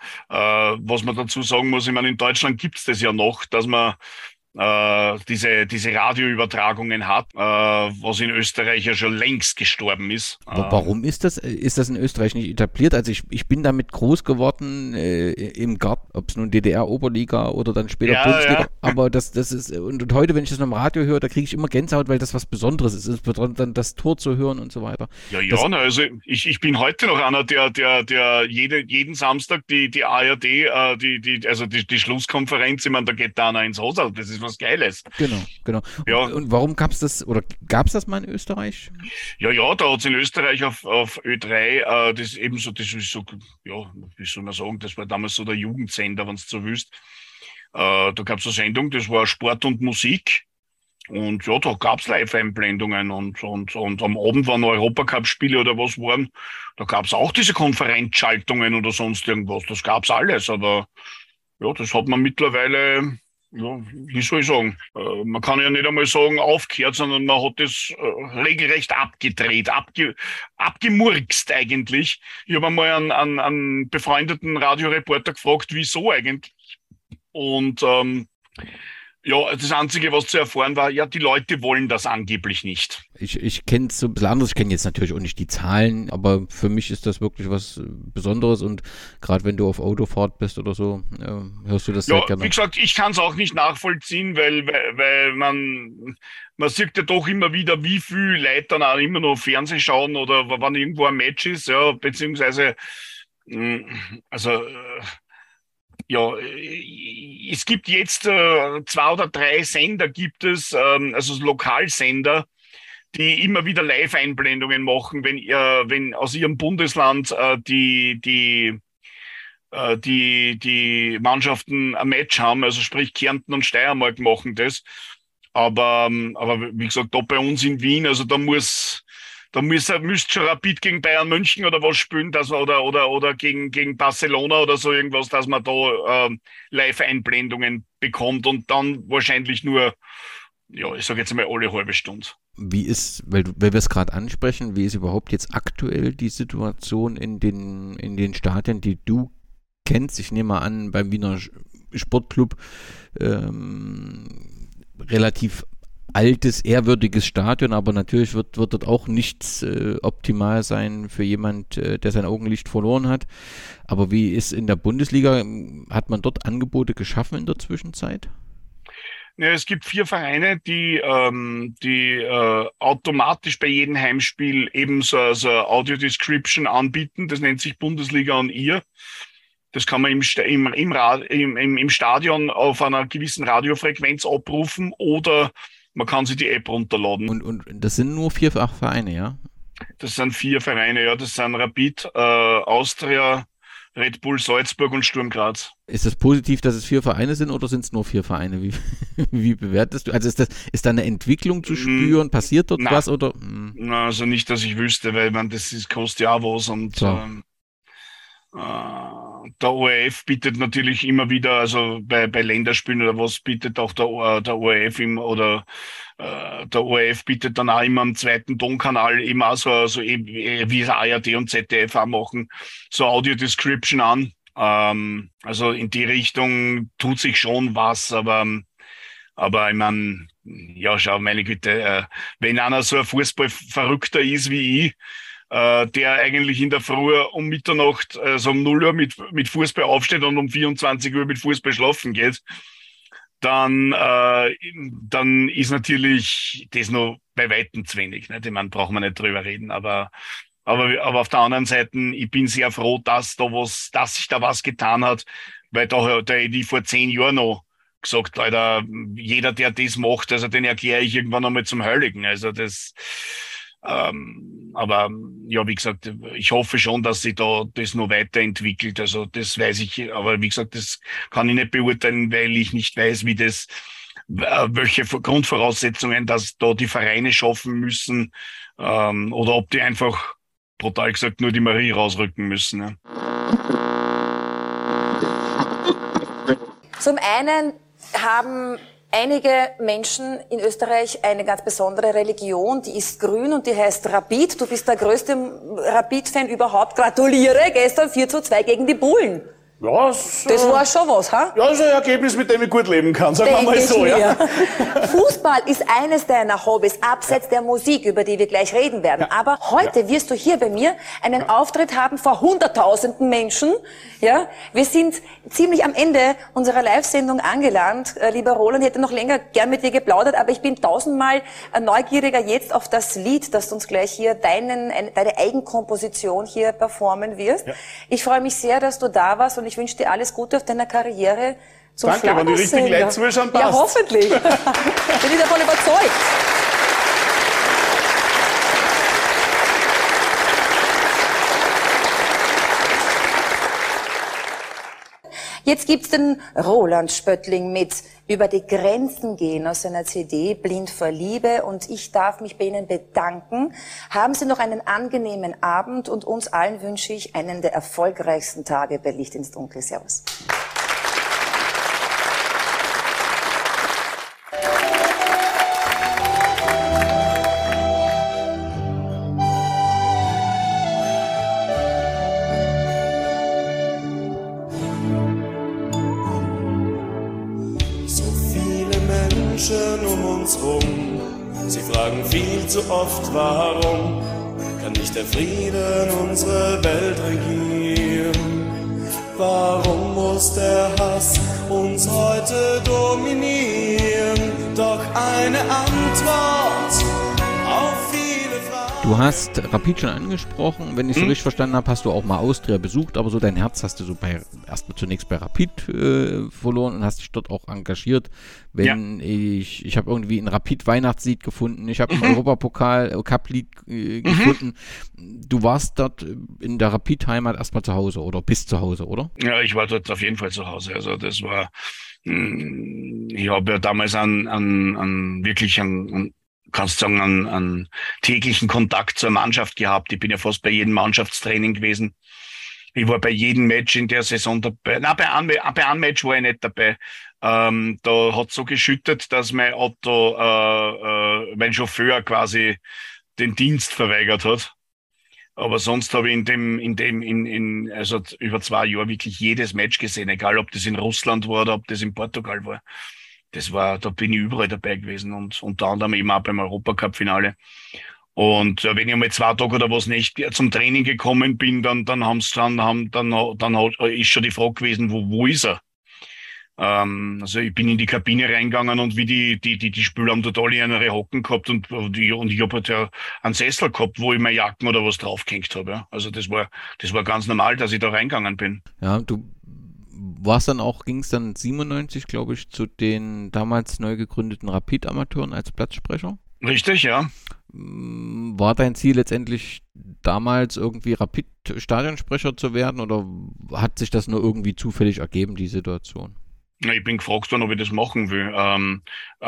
äh, was man dazu sagen muss, ich meine, in Deutschland gibt's das ja noch, dass man äh, diese, diese Radioübertragungen hat, äh, was in Österreich ja schon längst gestorben ist.
Warum ist das? Ist das in Österreich nicht etabliert? Also ich, ich bin damit groß geworden äh, im Garten, ob es nun D D R-Oberliga oder dann später
ja,
Bundesliga,
ja.
aber das, das ist, und, und heute, wenn ich das noch im Radio höre, da kriege ich immer Gänsehaut, weil das was Besonderes ist, insbesondere dann das Tor zu hören und so weiter.
Ja, ja,
das,
na, also ich, ich bin heute noch einer, der, der, der jede, jeden Samstag die, die A R D, äh, die, die, also die, die Schlusskonferenz, ich meine, da geht da einer ins Haus, das ist was Geiles.
Genau, genau.
Ja.
Und, und warum gab es das, oder gab es das mal in Österreich?
Ja, ja, da hat es in Österreich auf, auf Ö drei, äh, das eben so, das ist so, ja, wie soll man sagen, das war damals so der Jugendsender, wenn du so willst. Äh, da gab es eine Sendung, das war Sport und Musik. Und ja, da gab es Live-Einblendungen und, und, und am Abend, wenn Europacup-Spiele oder was waren, da gab es auch diese Konferenzschaltungen oder sonst irgendwas. Das gab es alles, aber ja, das hat man mittlerweile, ja, wie soll ich sagen, äh, man kann ja nicht einmal sagen aufgehört, sondern man hat das äh, regelrecht abgedreht, abge, abgemurkst eigentlich. Ich habe einmal einen, einen, einen befreundeten Radioreporter gefragt, wieso eigentlich? Und ähm, ja, das Einzige, was zu erfahren war, ja, die Leute wollen das angeblich nicht.
Ich, ich kenne es so ein bisschen anders, ich kenne jetzt natürlich auch nicht die Zahlen, aber für mich ist das wirklich was Besonderes und gerade wenn du auf Autofahrt bist oder so, äh, hörst du das
ja,
sehr gerne.
Wie gesagt, ich kann es auch nicht nachvollziehen, weil, weil, weil man, man sieht ja doch immer wieder, wie viele Leute dann auch immer noch Fernsehen schauen oder wann irgendwo ein Match ist, ja, beziehungsweise, also, ja, es gibt jetzt äh, zwei oder drei Sender gibt es, ähm, also Lokalsender, die immer wieder Live-Einblendungen machen, wenn äh, wenn aus ihrem Bundesland äh, die die äh, die die Mannschaften ein Match haben, also sprich Kärnten und Steiermark machen das, aber aber wie gesagt, da bei uns in Wien, also da muss Da müsste müsst schon Rapid gegen Bayern München oder was spielen, dass man, oder, oder, oder gegen, gegen Barcelona oder so irgendwas, dass man da ähm, Live-Einblendungen bekommt und dann wahrscheinlich nur, ja, ich sage jetzt mal alle halbe Stunde.
Wie ist, weil, du, weil wir es gerade ansprechen, wie ist überhaupt jetzt aktuell die Situation in den, in den Stadien, die du kennst? Ich nehme mal an, beim Wiener Sportclub ähm, relativ altes, ehrwürdiges Stadion, aber natürlich wird, wird dort auch nichts äh, optimal sein für jemand, äh, der sein Augenlicht verloren hat. Aber wie ist in der Bundesliga, hat man dort Angebote geschaffen in der Zwischenzeit?
Ja, es gibt vier Vereine, die, ähm, die äh, automatisch bei jedem Heimspiel eben so, so Audio Description anbieten. Das nennt sich Bundesliga on Ear. Das kann man im, im, im, im, im Stadion auf einer gewissen Radiofrequenz abrufen oder man kann sich die App runterladen.
Und, und das sind nur vier ach, Vereine, ja?
Das sind vier Vereine, ja. Das sind Rapid, äh, Austria, Red Bull Salzburg und Sturm Graz.
Ist das positiv, dass es vier Vereine sind oder sind es nur vier Vereine? Wie, wie bewertest du? Also ist das, ist da eine Entwicklung zu spüren? Passiert dort
na,
was? Oder? Hm.
Na, also nicht, dass ich wüsste, weil man, das ist, kostet ja auch was und
so.
ähm, äh, der O R F bietet natürlich immer wieder, also bei, bei Länderspielen oder was, bietet auch der, der O R F im, oder äh, der O R F bietet dann auch immer am zweiten Tonkanal eben auch so, so eben, wie es A R D und Z D F auch machen, so Audio Description an. Ähm, also in die Richtung tut sich schon was, aber aber ich meine, ja, schau, meine Güte, äh, wenn einer so ein Fußballverrückter ist wie ich, äh, der eigentlich in der Früh um Mitternacht, also um null Uhr mit, mit Fußball aufsteht und um vierundzwanzig Uhr mit Fußball schlafen geht, dann, äh, dann ist natürlich das noch bei Weitem zu wenig. Nicht? Ich meine, brauchen wir nicht drüber reden, aber, aber, aber auf der anderen Seite, ich bin sehr froh, dass da was, dass sich da was getan hat, weil da, da hätte ich vor zehn Jahren noch gesagt, Alter, jeder, der das macht, also den erkläre ich irgendwann einmal zum Heiligen. Also das, ähm, aber ja, wie gesagt, ich hoffe schon, dass sich da das noch weiterentwickelt. Also das weiß ich, aber wie gesagt, das kann ich nicht beurteilen, weil ich nicht weiß, wie das, welche Grundvoraussetzungen, dass da die Vereine schaffen müssen, ähm, oder ob die einfach brutal gesagt nur die Marie rausrücken müssen. Ne?
Zum einen haben einige Menschen in Österreich eine ganz besondere Religion, die ist grün und die heißt Rapid. Du bist der größte Rapid-Fan überhaupt. Gratuliere, gestern vier zu zwei gegen die Bullen.
Ja, so,
Das war schon was, ha?
Ja, so ein Ergebnis, mit dem ich gut leben kann, sagen wir
Denk
mal
ich
so.
mir.
Ja.
Fußball ist eines deiner Hobbys, abseits der Musik, über die wir gleich reden werden.
Ja.
Aber heute wirst du hier bei mir einen Auftritt haben vor hunderttausenden Menschen. Ja, wir sind ziemlich am Ende unserer Live-Sendung angelangt. Äh, lieber Roland, ich hätte noch länger gern mit dir geplaudert, aber ich bin tausendmal äh, neugieriger jetzt auf das Lied, das du uns gleich hier deinen, eine, deine Eigenkomposition hier performen wirst. Ja. Ich freue mich sehr, dass du da warst und ich wünsche dir alles Gute auf deiner Karriere zum
Danke, wenn die richtigen Leute zuschauen, passt.
Ja, hoffentlich. Bin ich davon überzeugt. Jetzt gibt's den Roland Spöttling mit Über die Grenzen gehen aus seiner C D Blind vor Liebe, und ich darf mich bei Ihnen bedanken. Haben Sie noch einen angenehmen Abend, und uns allen wünsche ich einen der erfolgreichsten Tage bei Licht ins Dunkel. Servus.
Um uns rum, sie fragen viel zu oft, warum kann nicht der Frieden unsere Welt regieren? Warum muss der Hass uns heute dominieren? Doch eine Antwort auf viele Fragen.
Du hast Rapid schon angesprochen. Wenn ich so
hm?
richtig verstanden habe, hast du auch mal Austria besucht, aber so dein Herz hast du so bei erstmal zunächst bei Rapid äh, verloren und hast dich dort auch engagiert. Wenn ja. ich, ich habe irgendwie ein Rapid-Weihnachtslied gefunden, ich habe ein mhm. Europapokal-Cup-Lied äh, mhm. gefunden. Du warst dort in der Rapid-Heimat erstmal zu Hause oder bist zu Hause, oder?
Ja, ich war dort auf jeden Fall zu Hause. Also das war, mh, ich habe ja damals an, an, an wirklich an, an kannst sagen, einen, einen täglichen Kontakt zur Mannschaft gehabt. Ich bin ja fast bei jedem Mannschaftstraining gewesen. Ich war bei jedem Match in der Saison dabei. Nein, bei einem, bei einem Match war ich nicht dabei. Ähm, da hat so geschüttet, dass mein Auto, äh, äh, mein Chauffeur quasi den Dienst verweigert hat. Aber sonst habe ich in dem, in dem, in, in, also über zwei Jahre wirklich jedes Match gesehen, egal ob das in Russland war oder ob das in Portugal war. Das war, da bin ich überall dabei gewesen und unter anderem eben auch beim Europacup-Finale. Und äh, wenn ich einmal zwei Tage oder was nicht zum Training gekommen bin, dann, dann haben's, dann, haben, dann, dann hat, ist schon die Frage gewesen, wo, wo ist er? Ähm, also ich bin in die Kabine reingegangen und wie die, die, die, die Spieler haben dort alle ihre Hocken gehabt und, und ich, und ich habe halt ja einen Sessel gehabt, wo ich meine Jacken oder was draufgehängt habe. Ja. Also das war, das war ganz normal, dass ich da reingegangen bin.
Ja, du warst dann auch, ging es dann siebenundneunzig, glaube ich, zu den damals neu gegründeten Rapid-Amateuren als Platzsprecher?
Richtig, ja.
War dein Ziel letztendlich damals irgendwie Rapid-Stadionsprecher zu werden oder hat sich das nur irgendwie zufällig ergeben, die Situation?
Ich bin gefragt worden, ob ich das machen will. Ähm,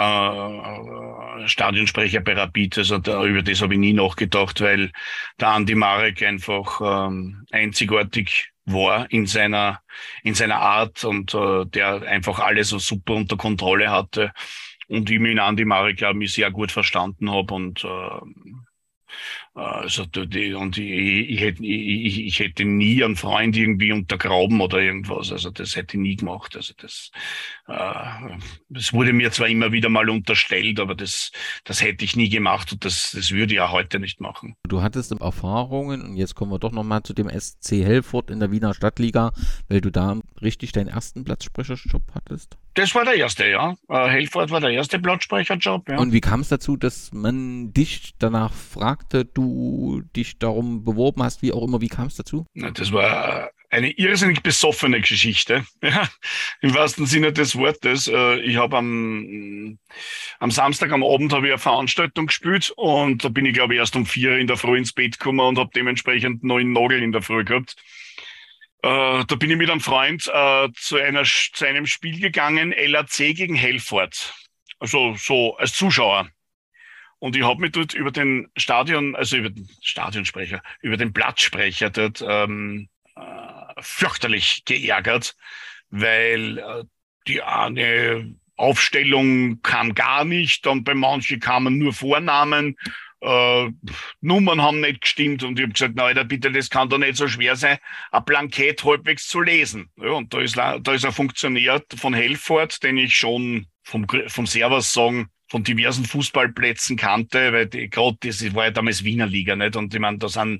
äh, Stadionsprecher bei Rapid, also da, über das habe ich nie nachgedacht, weil der Andi Marek einfach ähm, einzigartig war in seiner in seiner Art und äh, der einfach alles so super unter Kontrolle hatte und ich mit Andi Marek, glaube ich, sehr gut verstanden habe und äh, also die, und ich, ich, hätte, ich, ich hätte nie einen Freund irgendwie untergraben oder irgendwas, also das hätte ich nie gemacht. Also das, äh, das wurde mir zwar immer wieder mal unterstellt, aber das, das hätte ich nie gemacht und das, das würde ich auch heute nicht machen.
Du hattest Erfahrungen und jetzt kommen wir doch nochmal zu dem S C Helford in der Wiener Stadtliga, weil du da richtig deinen ersten Platzsprecherjob hattest.
Das war der erste, ja. Äh, Helford war der erste Platzsprecherjob, ja.
Und wie kam es dazu, dass man dich danach fragte, du dich darum beworben hast, wie auch immer, wie kam es dazu?
Na, das war eine irrsinnig besoffene Geschichte, ja, im wahrsten Sinne des Wortes. Äh, ich habe am, am Samstag am Abend habe ich eine Veranstaltung gespielt und da bin ich, glaube ich, erst um vier in der Früh ins Bett gekommen und habe dementsprechend neun Nagel in der Früh gehabt. Uh, da bin ich mit einem Freund uh, zu, einer, zu einem Spiel gegangen, L A C gegen Helford. Also so als Zuschauer. Und ich habe mich dort über den Stadion, also über den Stadionsprecher, über den Platzsprecher dort ähm, uh, fürchterlich geärgert, weil uh, die eine Aufstellung kam gar nicht und bei manchen kamen nur Vornamen. äh, Nummern haben nicht gestimmt und ich habe gesagt, na Alter, bitte, das kann doch nicht so schwer sein, ein Blankett halbwegs zu lesen. Ja, und da ist, da ist ein Funktionär von Helfort, den ich schon vom, vom Servus sagen, von diversen Fußballplätzen kannte, weil die, gerade das war ja damals Wiener Liga, nicht? Und ich meine, da sind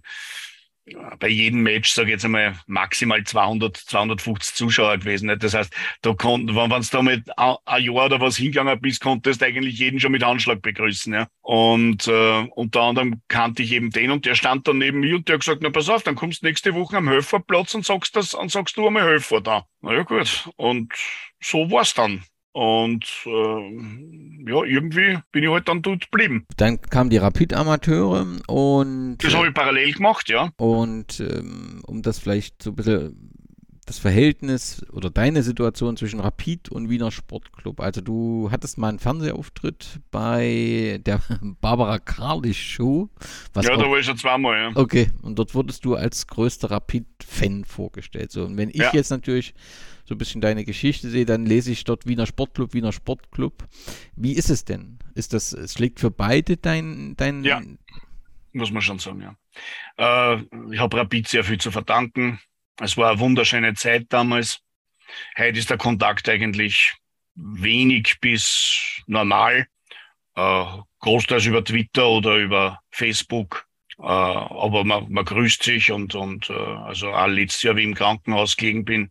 bei jedem Match, sage ich jetzt einmal, maximal zweihundert, zweihundertfünfzig Zuschauer gewesen. Nicht? Das heißt, da konnten, wenn du da mit ein Jahr oder was hingegangen bist, konntest du eigentlich jeden schon mit Handschlag begrüßen. Ja? Und äh, unter anderem kannte ich eben den und der stand dann neben mir und der hat gesagt, na pass auf, dann kommst du nächste Woche am Höferplatz und sagst das, und sagst du einmal Höfer da. Na ja gut. Und so war's dann. Und äh, ja, irgendwie bin ich halt dann dort geblieben.
Dann kamen die Rapid-Amateure und...
Das habe ich parallel gemacht, ja.
Und ähm, um das vielleicht so ein bisschen das Verhältnis oder deine Situation zwischen Rapid und Wiener Sportclub. Also du hattest mal einen Fernsehauftritt bei der Barbara Karlisch Show. Was
ja,
auch,
da war ich schon zweimal, ja.
Okay, und dort wurdest du als größter Rapid-Fan vorgestellt. So, und wenn ich
ja.
jetzt natürlich so ein bisschen deine Geschichte sehe, dann lese ich dort Wiener Sportclub, Wiener Sportclub. Wie ist es denn? Ist das, es schlägt für beide dein, dein...
Ja, muss man schon sagen, ja. Äh, ich habe Rapid sehr viel zu verdanken. Es war eine wunderschöne Zeit damals. Heute ist der Kontakt eigentlich wenig bis normal. Äh, großteils über Twitter oder über Facebook. Äh, aber man, man grüßt sich und, und äh, also auch letztes Jahr, wie ich im Krankenhaus gelegen bin,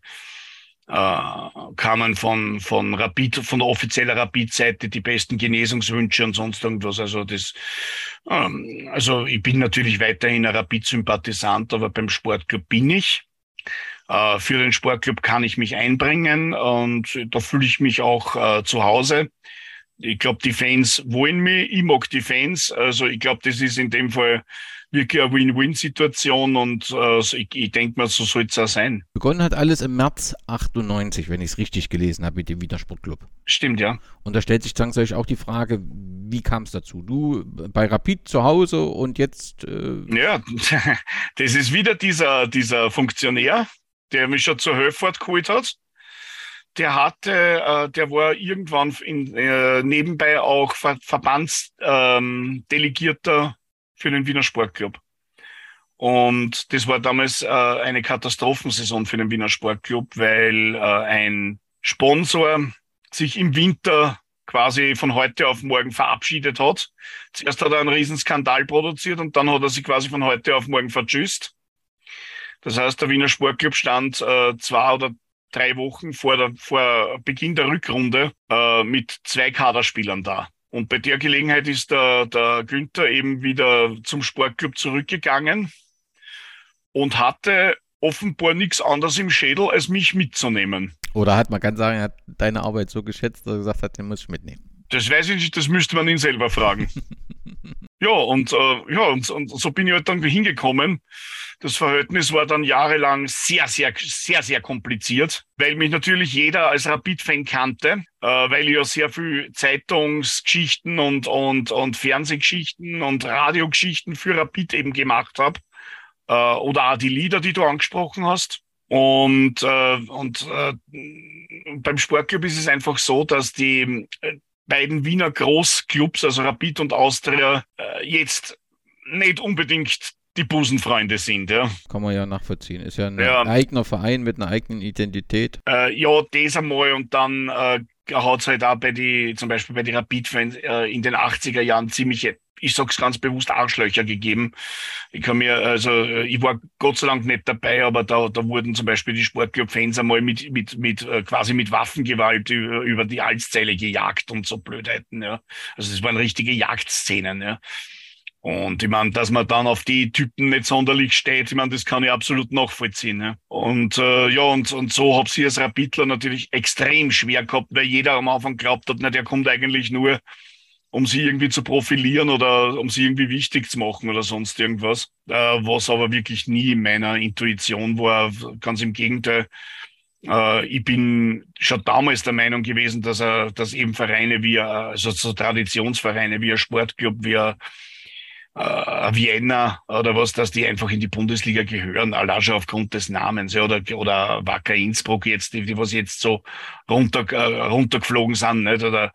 äh, kamen von, von Rapid, von der offiziellen Rapid-Seite die besten Genesungswünsche und sonst irgendwas. Also das, ähm, also ich bin natürlich weiterhin ein Rapid-Sympathisant, aber beim Sportclub bin ich. Uh, für den Sportclub kann ich mich einbringen und da fühle ich mich auch uh, zu Hause. Ich glaube, die Fans wollen mich, ich mag die Fans. Also ich glaube, das ist in dem Fall wirklich eine Win-Win-Situation und uh, ich, ich denke mal, so soll es auch sein.
Begonnen hat alles im März achtundneunzig, wenn ich es richtig gelesen habe mit dem Wiener Sportclub.
Stimmt, ja.
Und da stellt sich zwangsläufig auch die Frage, wie kam es dazu? Du bei Rapid zu Hause und jetzt... Äh
Ja, das ist wieder dieser, dieser Funktionär, der mich schon zur Höfahrt geholt hat. Der hatte, äh, der war irgendwann in, äh, nebenbei auch Ver Verbandsdelegierter ähm, für den Wiener Sportclub. Und das war damals äh, eine Katastrophensaison für den Wiener Sportclub, weil äh, ein Sponsor sich im Winter quasi von heute auf morgen verabschiedet hat. Zuerst hat er einen riesen Skandal produziert und dann hat er sich quasi von heute auf morgen vertschüsst. Das heißt, der Wiener Sportclub stand äh, zwei oder drei Wochen vor, der, vor Beginn der Rückrunde äh, mit zwei Kaderspielern da. Und bei der Gelegenheit ist der, der Günther eben wieder zum Sportclub zurückgegangen und hatte offenbar nichts anderes im Schädel, als mich mitzunehmen.
Oder hat man kann sagen, er hat deine Arbeit so geschätzt, dass er gesagt hat, den muss ich mitnehmen.
Das weiß ich nicht, das müsste man ihn selber fragen. Ja, und, äh, ja und, und so bin ich halt dann hingekommen. Das Verhältnis war dann jahrelang sehr, sehr, sehr, sehr kompliziert, weil mich natürlich jeder als Rapid-Fan kannte, äh, weil ich ja sehr viel Zeitungsgeschichten und, und, und Fernsehgeschichten und Radiogeschichten für Rapid eben gemacht habe. Äh, oder auch die Lieder, die du angesprochen hast. Und, äh, und äh, beim Sportclub ist es einfach so, dass die äh, beiden Wiener Großclubs, also Rapid und Austria, äh, jetzt nicht unbedingt die Busenfreunde sind. Ja.
Kann man ja nachvollziehen. Ist ja ein
ja.
eigener Verein mit einer eigenen Identität.
Äh, ja, das einmal und dann äh, hat es halt auch bei die, zum Beispiel bei den Rapid-Fans äh, in den achtziger Jahren ziemliche, ich sag's ganz bewusst, Arschlöcher gegeben. Ich kann mir, also ich war Gott sei Dank nicht dabei, aber da, da wurden zum Beispiel die Sportclub-Fans einmal mit, mit, mit quasi mit Waffengewalt über, über die Alszeile gejagt und so Blödheiten, ja. Also es waren richtige Jagdszenen, ja. Und ich meine, dass man dann auf die Typen nicht sonderlich steht, ich meine, das kann ich absolut nachvollziehen. Ja. Und äh, ja, und, und so habe ich als Rapidler natürlich extrem schwer gehabt, weil jeder am Anfang glaubt hat, na, der kommt eigentlich nur, um sie irgendwie zu profilieren oder um sie irgendwie wichtig zu machen oder sonst irgendwas. Äh, was aber wirklich nie in meiner Intuition war, ganz im Gegenteil. Äh, ich bin schon damals der Meinung gewesen, dass er, dass eben Vereine wie, also so Traditionsvereine wie ein Sportclub, wie ein äh, Vienna oder was, dass die einfach in die Bundesliga gehören, allein schon aufgrund des Namens, ja, oder, oder Wacker Innsbruck jetzt, die, die was jetzt so runter, äh, runtergeflogen sind, nicht, oder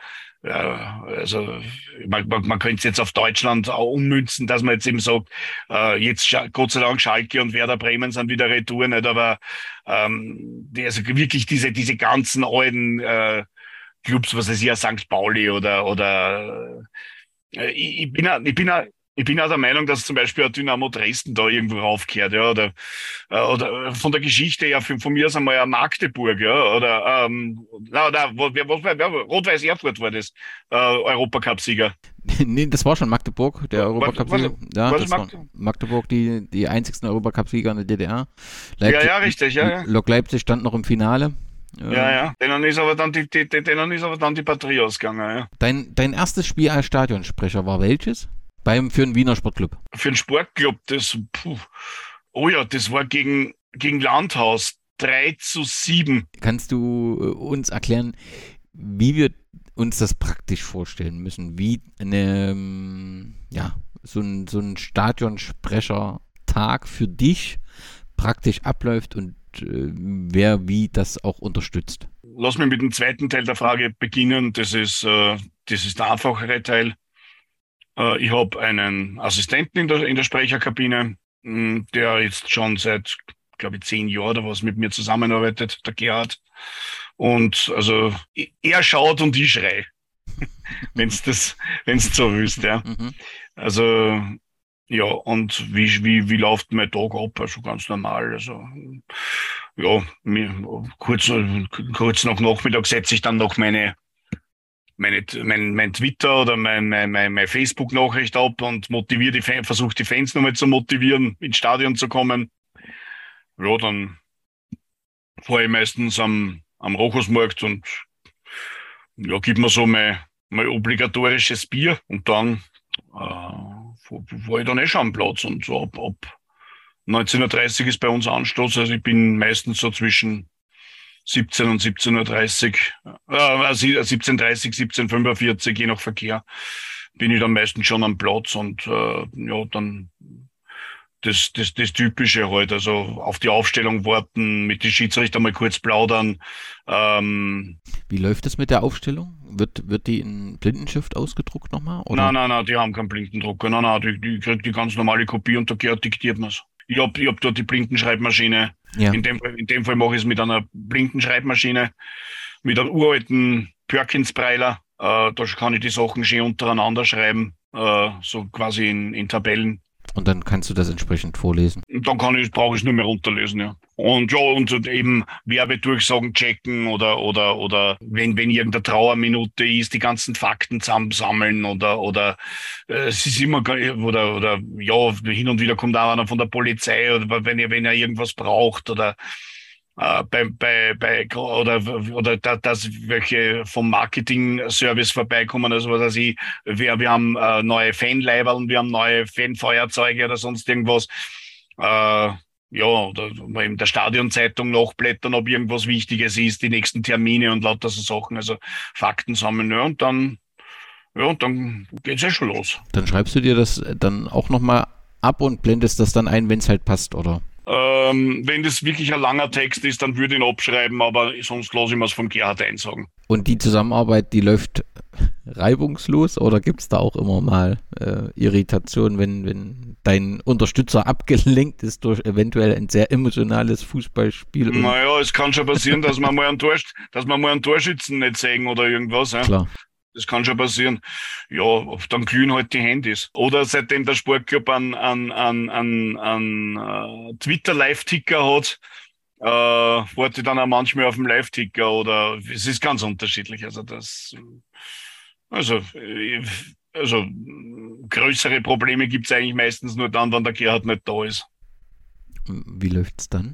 ja, also man, man, man könnte es jetzt auf Deutschland auch ummünzen, dass man jetzt eben sagt, äh, jetzt Gott sei Dank Schalke und Werder Bremen sind wieder retour, nicht? Aber ähm, die, also wirklich diese diese ganzen alten äh, Clubs, was weiß ich, Sankt Pauli oder oder äh, ich, ich bin ja, ich bin ja Ich bin auch der Meinung, dass zum Beispiel ein Dynamo Dresden da irgendwo raufkehrt, ja, oder, äh, oder von der Geschichte her, von, von mir aus einmal ein Magdeburg, ja, oder, ähm, na, na, wo, wer, wo, wer, Rot-Weiß Erfurt war das, äh, Europacup-Sieger.
Nee, das war schon Magdeburg, der Europacup-Sieger. Ja,
war
das
das
war
Magdeburg?
Magdeburg, die, die einzigsten Europacup-Sieger in der D D R.
Ja, ja, richtig, ja, ja.
Lok Leipzig stand noch im Finale.
Ja, ja. Denen ist aber dann die, die, die, denen ist aber dann die Batterie ausgegangen, ja.
Dein, dein erstes Spiel als Stadionsprecher war welches? Beim, für den Wiener Sportclub.
Für den Sportclub, das, puh, oh ja, das war gegen, gegen Landhaus, drei zu sieben.
Kannst du äh, uns erklären, wie wir uns das praktisch vorstellen müssen? Wie eine, ähm, ja, so ein, so ein Stadionsprecher-Tag für dich praktisch abläuft und äh, wer wie das auch unterstützt?
Lass mich mit dem zweiten Teil der Frage beginnen. Das ist, äh, das ist der einfachere Teil. Ich habe einen Assistenten in der, in der Sprecherkabine, der jetzt schon seit, glaube ich, zehn Jahren oder was mit mir zusammenarbeitet, der Gerhard. Und also er schaut und ich schrei, wenn's das, wenn's so willst, ja.
Mhm.
Also ja, und wie wie wie läuft mein Tag ab? Also ganz normal. Also ja, mir, kurz kurz nach Nachmittag setze ich dann noch meine meine, mein, mein Twitter oder mein, mein, mein, meine Facebook-Nachricht ab und motiviere die Fans, versuche die Fans nochmal zu motivieren, ins Stadion zu kommen. Ja, dann fahre ich meistens am, am Rochusmarkt und ja, gib mir so mein, mein obligatorisches Bier und dann äh, war ich dann eh schon am Platz und so ab, ab neunzehn Uhr dreißig ist bei uns Anstoß, also ich bin meistens so zwischen siebzehn und siebzehn Uhr dreißig, äh, siebzehn Uhr dreißig, siebzehn Uhr fünfundvierzig, je nach Verkehr, bin ich dann meistens schon am Platz und äh, ja, dann das, das, das Typische halt, also auf die Aufstellung warten, mit den Schiedsrichter mal kurz plaudern. Ähm,
Wie läuft das mit der Aufstellung? Wird, wird die in Blindenschrift ausgedruckt nochmal?
Nein, nein, nein, die haben keinen Blindendrucker. Nein, nein, die, die kriegt die ganz normale Kopie und der Gerhard diktiert mir's. Ich hab, ich hab dort die Blindenschreibmaschine.
Ja.
In dem, in dem Fall mache ich es mit einer Blindenschreibmaschine, mit einem uralten Perkins-Breiler. Äh, da kann ich die Sachen schön untereinander schreiben, äh, so quasi in, in Tabellen.
Und dann kannst du das entsprechend vorlesen.
Und dann kann ich, brauche ich es nur mehr runterlesen, ja. Und ja, und eben Werbedurchsagen checken oder, oder, oder wenn, wenn irgendeine Trauerminute ist, die ganzen Fakten zusammensammeln oder, oder, äh, es ist immer, oder, oder, ja, hin und wieder kommt auch einer von der Polizei oder wenn er, wenn er irgendwas braucht oder, äh, bei, bei, bei, oder, oder da, dass welche vom Marketing-Service vorbeikommen, also was weiß ich, wir, wir haben äh, neue Fanleiberl, wir haben neue Fanfeuerzeuge oder sonst irgendwas, äh, ja, oder mal in der Stadionzeitung nachblättern, ob irgendwas Wichtiges ist, die nächsten Termine und lauter so Sachen, also Fakten sammeln, ja, und dann, ja, und dann geht's ja schon los.
Dann schreibst du dir das dann auch nochmal ab und blendest das dann ein, wenn es halt passt, oder?
Ähm, wenn das wirklich ein langer Text ist, dann würde ich ihn abschreiben, aber sonst lasse ich mir es vom Gerhard einsagen.
Und die Zusammenarbeit, die läuft reibungslos oder gibt es da auch immer mal äh, Irritation, wenn, wenn dein Unterstützer abgelenkt ist durch eventuell ein sehr emotionales Fußballspiel?
Naja, es kann schon passieren, dass man mal einen, Tor, dass man mal einen Torschützen nicht sehen oder irgendwas. Ja.
Klar.
Das kann schon passieren. Ja, dann glühen halt die Handys. Oder seitdem der Sportclub einen, einen, einen, einen, einen äh, Twitter-Live-Ticker hat, äh, warte ich dann auch manchmal auf dem Live-Ticker oder es ist ganz unterschiedlich. Also das, also, äh, also größere Probleme gibt es eigentlich meistens nur dann, wenn der Gerhard nicht da ist.
Wie läuft's dann?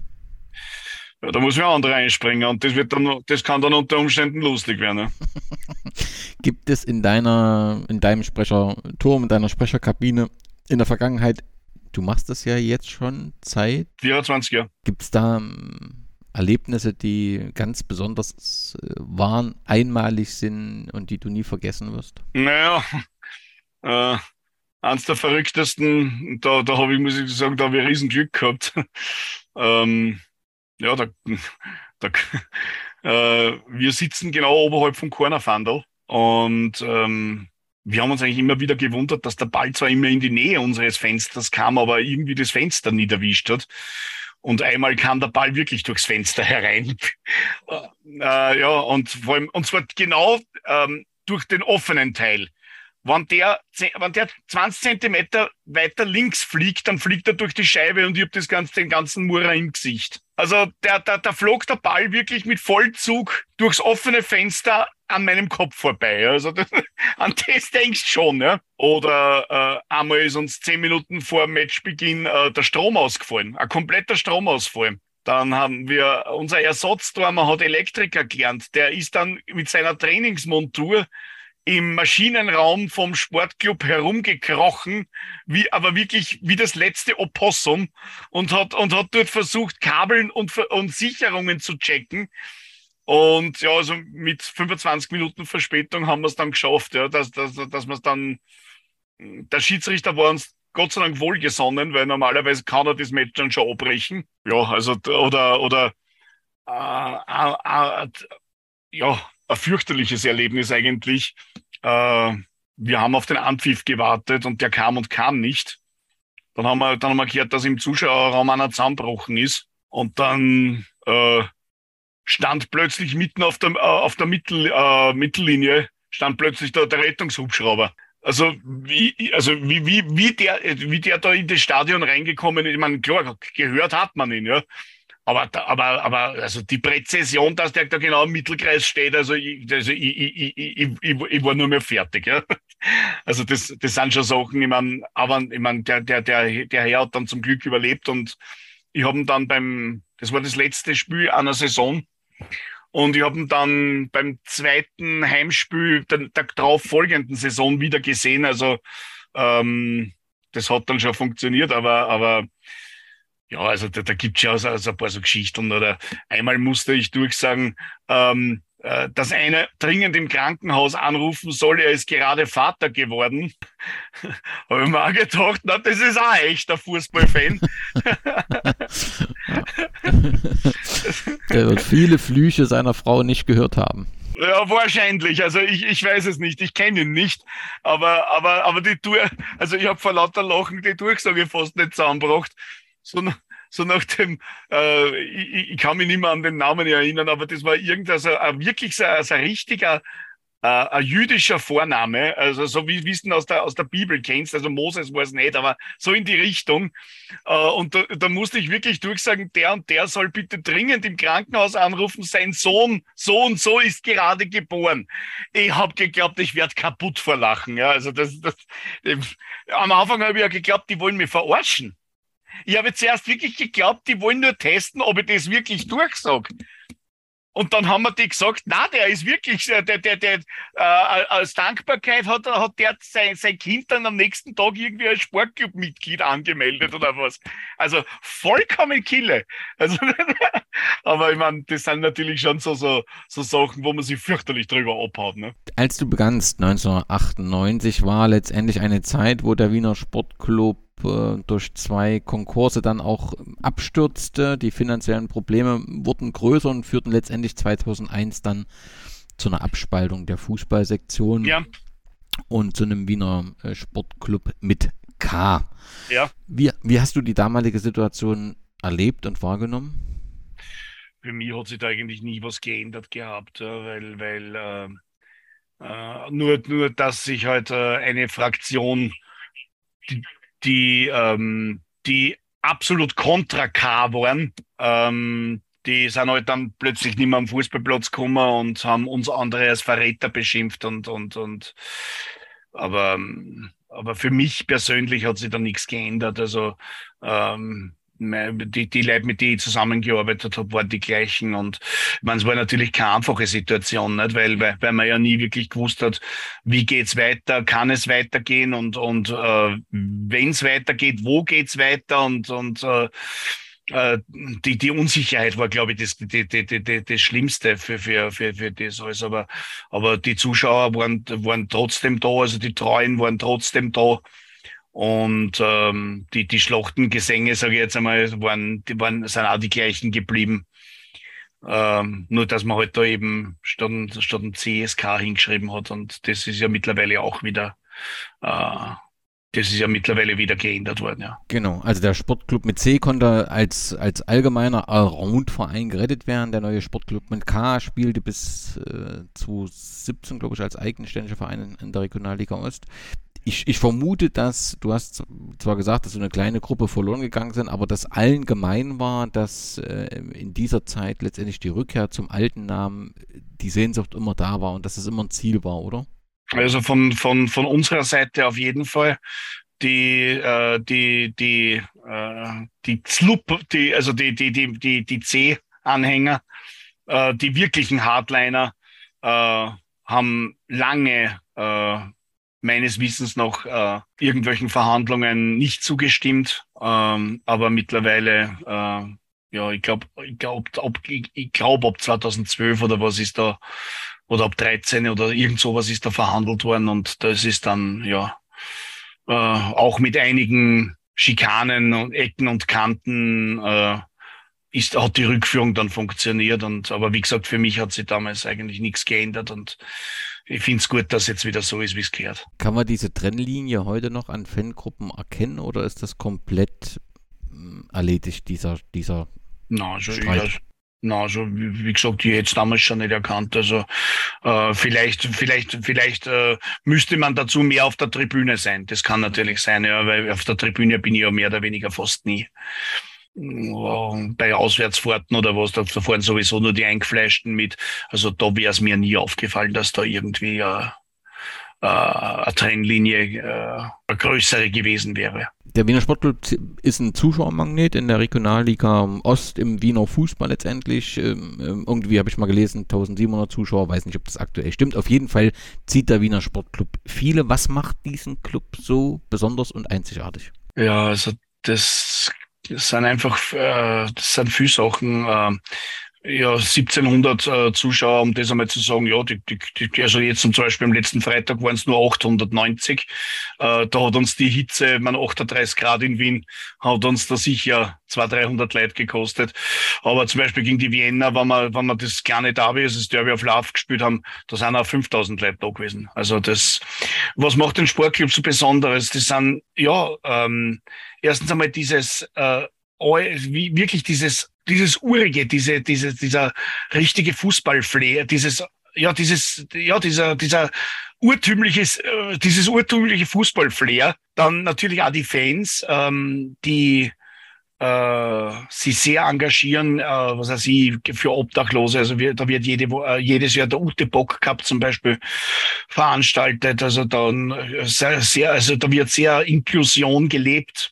Ja, da muss man andere einspringen und das wird dann, das kann dann unter Umständen lustig werden. Ja.
Gibt es in deiner, in deinem Sprecherturm, in deiner Sprecherkabine in der Vergangenheit, du machst das ja jetzt schon seit
vierundzwanzig Jahre.
Gibt es da ähm, Erlebnisse, die ganz besonders äh, waren, einmalig sind und die du nie vergessen wirst?
Naja, äh, eins der verrücktesten, da, da habe ich, muss ich sagen, da habe ich riesen Glück gehabt. ähm, ja, da, da äh, wir sitzen genau oberhalb vom Cornerfandel Und ähm, wir haben uns eigentlich immer wieder gewundert, dass der Ball zwar immer in die Nähe unseres Fensters kam, aber irgendwie das Fenster nicht erwischt hat. Und einmal kam der Ball wirklich durchs Fenster herein. äh, ja, und vor allem, und zwar genau ähm, durch den offenen Teil. Wenn der, wenn der zwanzig Zentimeter weiter links fliegt, dann fliegt er durch die Scheibe und ich habe das ganze, den ganzen Murrer im Gesicht. Also der, der, der flog der Ball wirklich mit Vollzug durchs offene Fenster an meinem Kopf vorbei. Also das, an das denkst schon, ja. Oder äh, einmal ist uns zehn Minuten vor Matchbeginn äh, der Strom ausgefallen. Ein kompletter Stromausfall. Dann haben wir, unser Ersatztormann hat Elektriker gelernt. Der ist dann mit seiner Trainingsmontur im Maschinenraum vom Sportclub herumgekrochen, wie, aber wirklich wie das letzte Opossum und hat, und hat dort versucht, Kabeln und, und Sicherungen zu checken. Und ja, also mit fünfundzwanzig Minuten Verspätung haben wir es dann geschafft, ja, dass, dass, dass wir es dann, der Schiedsrichter war uns Gott sei Dank wohlgesonnen, weil normalerweise kann er das Match dann schon abbrechen. Ja, also, oder, oder, äh, äh, äh, ja, ein fürchterliches Erlebnis eigentlich. Äh, wir haben auf den Anpfiff gewartet und der kam und kam nicht. Dann haben wir, dann haben wir gehört, dass im Zuschauerraum einer zusammengebrochen ist. Und dann äh, stand plötzlich mitten auf der, äh, auf der Mittel, äh, Mittellinie, stand plötzlich der, der Rettungshubschrauber. Also wie, also wie, wie, wie der, wie der da in das Stadion reingekommen ist, ich meine, klar, gehört hat man ihn, ja. Aber, aber, aber, also die Präzision, dass der da genau im Mittelkreis steht, also ich, also ich, ich, ich, ich, ich, ich war nur mehr fertig, ja. Also das, das sind schon Sachen, ich meine, aber, ich meine, der, der, der, der Herr hat dann zum Glück überlebt und ich habe ihn dann beim, das war das letzte Spiel einer Saison und ich habe ihn dann beim zweiten Heimspiel der, der darauf folgenden Saison wieder gesehen, also, ähm, das hat dann schon funktioniert, aber, aber, ja, also da, da gibt es ja also, also ein paar so Geschichten. Oder einmal musste ich durchsagen, ähm, äh, dass einer dringend im Krankenhaus anrufen soll, er ist gerade Vater geworden. Habe ich mir auch gedacht, na, das ist auch ein echter Fußballfan.
Der wird viele Flüche seiner Frau nicht gehört haben.
Ja, wahrscheinlich. Also ich, ich weiß es nicht. Ich kenne ihn nicht. Aber, aber, aber die Tour, also ich habe vor lauter Lachen die Durchsage fast nicht zusammengebracht. So, so nach dem, äh, ich, ich kann mich nicht mehr an den Namen erinnern, aber das war irgendein, so, ein, wirklich so, so ein richtiger, äh, ein jüdischer Vorname, also so wie, wie es denn aus der, aus der Bibel kennst, also Moses war es nicht, aber so in die Richtung. Äh, und da, da musste ich wirklich durchsagen, der und der soll bitte dringend im Krankenhaus anrufen, sein Sohn, so und so ist gerade geboren. Ich habe geglaubt, ich werde kaputt vor Lachen. Ja, also das, das, äh, am Anfang habe ich ja geglaubt, die wollen mich verarschen. Ich habe zuerst wirklich geglaubt, die wollen nur testen, ob ich das wirklich durchsage. Und dann haben wir die gesagt, na, der ist wirklich, der, der, der, der äh, als Dankbarkeit hat, hat der sein, sein Kind dann am nächsten Tag irgendwie als Sportclub-Mitglied angemeldet oder was. Also vollkommen Kille. Also, aber ich meine, das sind natürlich schon so, so, so Sachen, wo man sich fürchterlich drüber abhaut. Ne?
Als du begannst, neunzehnhundertachtundneunzig, war letztendlich eine Zeit, wo der Wiener Sportclub durch zwei Konkurse dann auch abstürzte. Die finanziellen Probleme wurden größer und führten letztendlich zweitausendeins dann zu einer Abspaltung der Fußballsektion
ja.
und zu einem Wiener Sportclub mit K.
Ja.
Wie, wie hast du die damalige Situation erlebt und wahrgenommen?
Für mich hat sich da eigentlich nie was geändert gehabt, weil, weil äh, äh, nur, nur, dass sich halt äh, eine Fraktion, die die, ähm, die absolut kontra K waren, ähm, die sind halt dann plötzlich nicht mehr am Fußballplatz gekommen und haben uns andere als Verräter beschimpft und, und, und, aber, aber für mich persönlich hat sich da nichts geändert. Also, ähm, die, die Leute, mit denen ich zusammengearbeitet habe, waren die gleichen und ich meine, es war natürlich keine einfache Situation, nicht? Weil, weil, weil man ja nie wirklich gewusst hat, wie geht's weiter, kann es weitergehen und, und äh, wenn es weitergeht, wo geht's weiter und, und äh, äh, die, die Unsicherheit war, glaube ich, das, die, die, die, die, das Schlimmste für, für, für, für das alles. Aber, aber die Zuschauer waren, waren trotzdem da, also die Treuen waren trotzdem da. Und ähm, die, die Schlachtengesänge, sage ich jetzt einmal, waren, die waren, sind auch die gleichen geblieben. Ähm, nur, dass man halt da eben statt, statt ein C S K hingeschrieben hat und das ist ja mittlerweile auch wieder, äh, das ist ja mittlerweile wieder geändert worden, ja.
Genau, also der Sportclub mit C konnte als, als allgemeiner Allround-Verein gerettet werden. Der neue Sportclub mit K spielte bis äh, zwanzig siebzehn, glaube ich, als eigenständiger Verein in, in der Regionalliga Ost. Ich, ich vermute, dass, du hast zwar gesagt, dass so eine kleine Gruppe verloren gegangen sind, aber dass allen gemein war, dass äh, in dieser Zeit letztendlich die Rückkehr zum alten Namen, die Sehnsucht immer da war und dass es immer ein Ziel war, oder?
Also von, von, von unserer Seite auf jeden Fall. Die, äh, die, die, äh, die Zlup, die, also die, die, die, die, die C-Anhänger, äh, die wirklichen Hardliner, äh, haben lange, äh, meines Wissens noch äh, irgendwelchen Verhandlungen nicht zugestimmt, ähm, aber mittlerweile, äh, ja, ich glaube, ich glaube, ob, ich, ich glaube, ab zweitausendzwölf oder was ist da, oder ab dreizehn oder irgend sowas ist da verhandelt worden und das ist dann, ja, äh, auch mit einigen Schikanen und Ecken und Kanten äh, ist, hat die Rückführung dann funktioniert und, aber wie gesagt, für mich hat sich damals eigentlich nichts geändert und ich finde es gut, dass jetzt wieder so ist, wie es gehört.
Kann man diese Trennlinie heute noch an Fangruppen erkennen oder ist das komplett mh, erledigt, dieser, dieser
Na, schon,
Streit?
ja, na, so wie, wie gesagt, ich hätte es damals schon nicht erkannt. Also äh, vielleicht, vielleicht, vielleicht äh, müsste man dazu mehr auf der Tribüne sein. Das kann natürlich sein, ja, weil auf der Tribüne bin ich ja mehr oder weniger fast nie. Bei Auswärtsfahrten oder was, da fahren sowieso nur die Eingefleischten mit. Also da wäre es mir nie aufgefallen, dass da irgendwie äh, äh, eine Trennlinie äh, eine größere gewesen wäre.
Der Wiener Sportclub ist ein Zuschauermagnet in der Regionalliga Ost im Wiener Fußball letztendlich. Ähm, irgendwie habe ich mal gelesen, eintausendsiebenhundert Zuschauer, weiß nicht, ob das aktuell stimmt. Auf jeden Fall zieht der Wiener Sportclub viele. Was macht diesen Club so besonders und einzigartig?
Ja, also das Das sind einfach, äh, das sind viele Sachen, äh, ja, siebzehnhundert äh, Zuschauer, um das einmal zu sagen, ja, die, die, die, also jetzt zum Beispiel am letzten Freitag waren es nur achthundertneunzig, äh, da hat uns die Hitze, man achtunddreißig Grad in Wien, hat uns da sicher zweihundert, dreihundert Leute gekostet, aber zum Beispiel gegen die Wiener, wenn wir, wenn wir das kleine Derby, also das Derby auf Lauf gespielt haben, da sind auch fünftausend Leute da gewesen, also das, was macht den Sportclub so besonderes, das sind, ja, ähm, erstens einmal dieses, äh, wie, wirklich dieses, dieses urige, diese, diese, dieser richtige Fußballflair, dieses, ja, dieses, ja, dieser, dieser urtümliches, äh, dieses urtümliche Fußballflair. Dann natürlich auch die Fans, ähm, die, äh, sich sehr engagieren, äh, was weiß ich, für Obdachlose. Also wir, da wird jede, äh, jedes Jahr der Ute Bock Cup zum Beispiel veranstaltet. Also dann sehr, sehr, also da wird sehr Inklusion gelebt.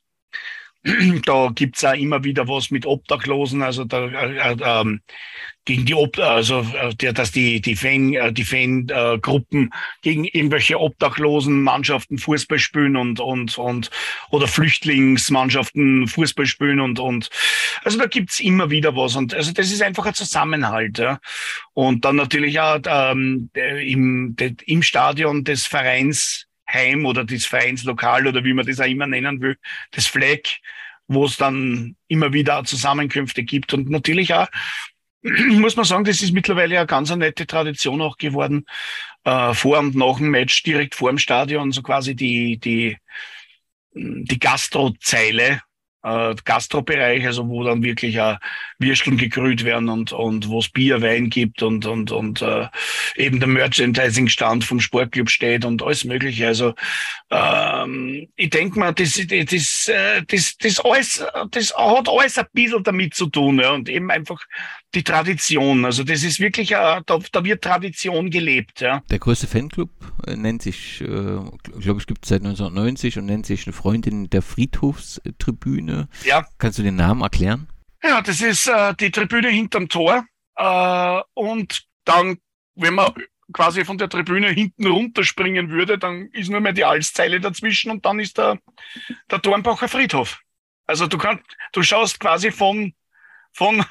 Da gibt's auch immer wieder was mit Obdachlosen, also da, äh, äh, gegen die Ob also der, dass die die Fan äh, die Fangruppen äh, gegen irgendwelche obdachlosen Mannschaften Fußball spielen und und und oder Flüchtlingsmannschaften Fußball spielen und und also da gibt's immer wieder was und also das ist einfach ein Zusammenhalt, ja. Und dann natürlich auch ähm, im de, im Stadion des Vereins Heim oder das Vereinslokal oder wie man das auch immer nennen will, das Flag, wo es dann immer wieder Zusammenkünfte gibt. Und natürlich auch, muss man sagen, das ist mittlerweile eine ganz eine nette Tradition auch geworden, äh, vor und nach dem Match, direkt vor dem Stadion, so quasi die, die, die Gastrozeile, äh, Gastrobereich, also wo dann wirklich auch Würsteln gegrüht werden und und wo es Bier, Wein gibt und und und äh, eben der Merchandising-Stand vom Sportclub steht und alles Mögliche. Also ähm, ich denke mal, das das das das alles, das hat alles ein bisschen damit zu tun, ja, und eben einfach die Tradition. Also das ist wirklich, äh, da, da wird Tradition gelebt, ja.
Der größte Fanclub äh, nennt sich, äh, glaube ich, gibt es seit neunzehnhundertneunzig und nennt sich eine Freundin der Friedhofstribüne.
Ja.
Kannst du den Namen erklären?
Ja, das ist äh, die Tribüne hinterm Tor. Äh, und dann, wenn man quasi von der Tribüne hinten runterspringen würde, dann ist nur mehr die Alszeile dazwischen und dann ist der, der Dornbacher Friedhof. Also du kannst, du schaust quasi von von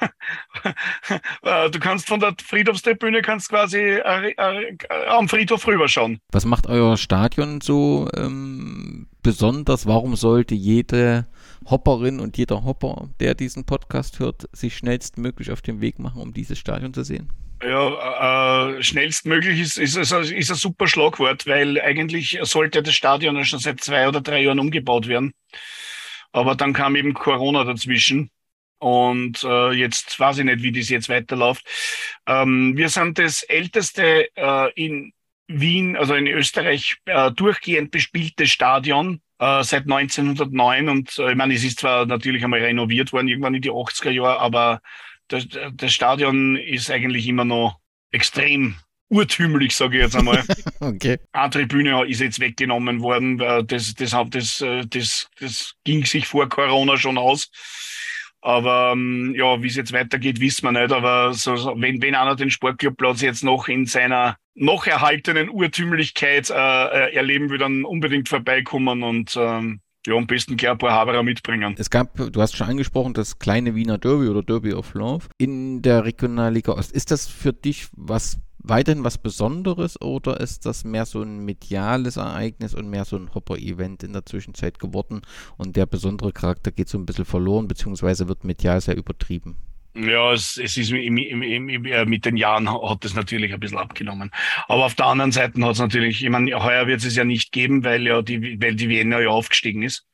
du kannst von der Friedhofstribüne kannst quasi äh, äh, am Friedhof rüberschauen.
Was macht euer Stadion so ähm, besonders? Warum sollte jede Hopperin und jeder Hopper, der diesen Podcast hört, sich schnellstmöglich auf den Weg machen, um dieses Stadion zu sehen?
Ja, äh, schnellstmöglich ist, ist, ist, ist ein super Schlagwort, weil eigentlich sollte das Stadion ja schon seit zwei oder drei Jahren umgebaut werden. Aber dann kam eben Corona dazwischen. Und äh, jetzt weiß ich nicht, wie das jetzt weiterläuft. Ähm, wir sind das älteste äh, in Wien, also in Österreich, äh, durchgehend bespielte Stadion äh, seit neunzehnhundertneun. Und äh, ich meine, es ist zwar natürlich einmal renoviert worden, irgendwann in die achtziger Jahre, aber das, das Stadion ist eigentlich immer noch extrem urtümlich, sage ich jetzt einmal.
Okay.
Eine Tribüne ist jetzt weggenommen worden. Das, das, das, das, das, das ging sich vor Corona schon aus. Aber ja, wie es jetzt weitergeht, wissen wir nicht. Aber so, so, wenn, wenn einer den Sportclubplatz jetzt noch in seiner noch erhaltenen Urtümlichkeit äh, erleben will, dann unbedingt vorbeikommen und ähm, ja, am besten gleich ein paar Haberer mitbringen.
Es gab, du hast schon angesprochen, das kleine Wiener Derby oder Derby of Love in der Regionalliga Ost. Ist das für dich was weiterhin was Besonderes oder ist das mehr so ein mediales Ereignis und mehr so ein Hopper-Event in der Zwischenzeit geworden und der besondere Charakter geht so ein bisschen verloren, beziehungsweise wird medial sehr übertrieben?
Ja, es, es ist im, im, im, im, mit den Jahren hat es natürlich ein bisschen abgenommen. Aber auf der anderen Seite hat es natürlich, ich meine, heuer wird es ja nicht geben, weil ja die, weil die Wiener ja aufgestiegen ist.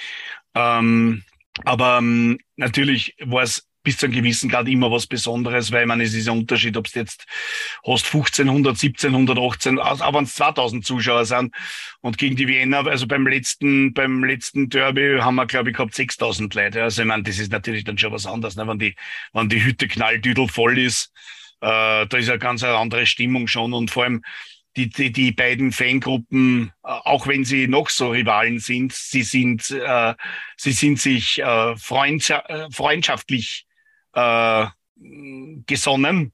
Ähm, aber ähm, natürlich war es bis zu einem gewissen Grad immer was Besonderes, weil man es ist ein Unterschied, ob es jetzt hast fünfzehnhundert, siebzehnhundert, achtzehn, auch wenn es zweitausend Zuschauer sind und gegen die Wiener, also beim letzten beim letzten Derby haben wir glaube ich gehabt sechstausend Leute, also ich meine, das ist natürlich dann schon was anderes, ne? wenn die wenn die Hütte knalldüdel voll ist, äh, da ist eine ganz eine andere Stimmung schon und vor allem die die die beiden Fangruppen, äh, auch wenn sie noch so Rivalen sind, sie sind äh, sie sind sich äh, freundscha- äh, freundschaftlich Äh, gesonnen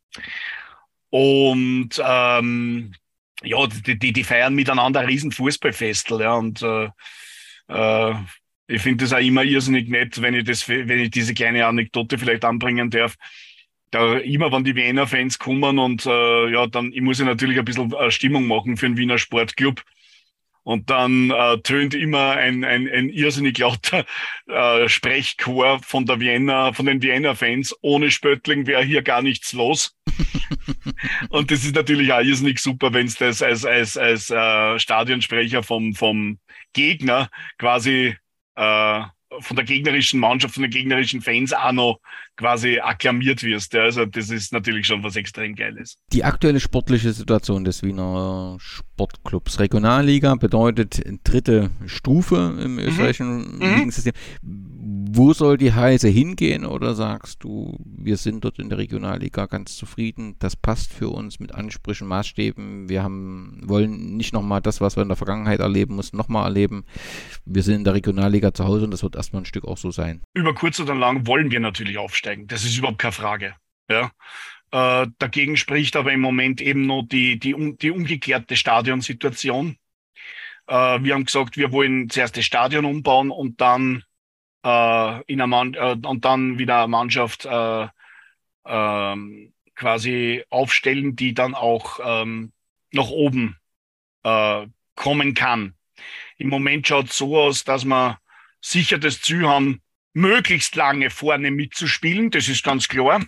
und ähm, ja, die, die, die feiern miteinander ein riesen Fußballfestel, ja, und äh, äh, ich finde das auch immer irrsinnig nett, wenn ich das, wenn ich diese kleine Anekdote vielleicht anbringen darf. Da immer, wenn die Wiener Fans kommen und äh, ja, dann ich muss ich natürlich ein bisschen äh, Stimmung machen für den Wiener Sportclub. Und dann äh, tönt immer ein, ein, ein irrsinnig lauter äh, Sprechchor von der Vienna, von den Wiener Fans. Ohne Spöttling wäre hier gar nichts los. Und das ist natürlich auch irrsinnig super, wenn es das als, als, als äh, Stadionsprecher vom, vom Gegner quasi äh, von der gegnerischen Mannschaft, von den gegnerischen Fans auch noch quasi akklamiert wirst. Ja. Also das ist natürlich schon was extrem Geiles.
Die aktuelle sportliche Situation des Wiener Sportclubs. Regionalliga bedeutet dritte Stufe im österreichischen
mhm.
Ligensystem. Wo soll die Reise hingehen oder sagst du, wir sind dort in der Regionalliga ganz zufrieden, das passt für uns mit Ansprüchen, Maßstäben, wir haben, wollen nicht nochmal das, was wir in der Vergangenheit erleben mussten, nochmal erleben. Wir sind in der Regionalliga zu Hause und das wird erstmal ein Stück auch so sein.
Über kurz oder lang wollen wir natürlich aufsteigen, das ist überhaupt keine Frage. Ja. Äh, dagegen spricht aber im Moment eben noch die, die, die umgekehrte Stadionsituation. Äh, wir haben gesagt, wir wollen zuerst das Stadion umbauen und dann äh, in einer Mann- äh, und dann wieder eine Mannschaft äh, äh, quasi aufstellen, die dann auch ähm, nach oben äh, kommen kann. Im Moment schaut es so aus, dass wir sicher das Ziel haben, möglichst lange vorne mitzuspielen. Das ist ganz klar.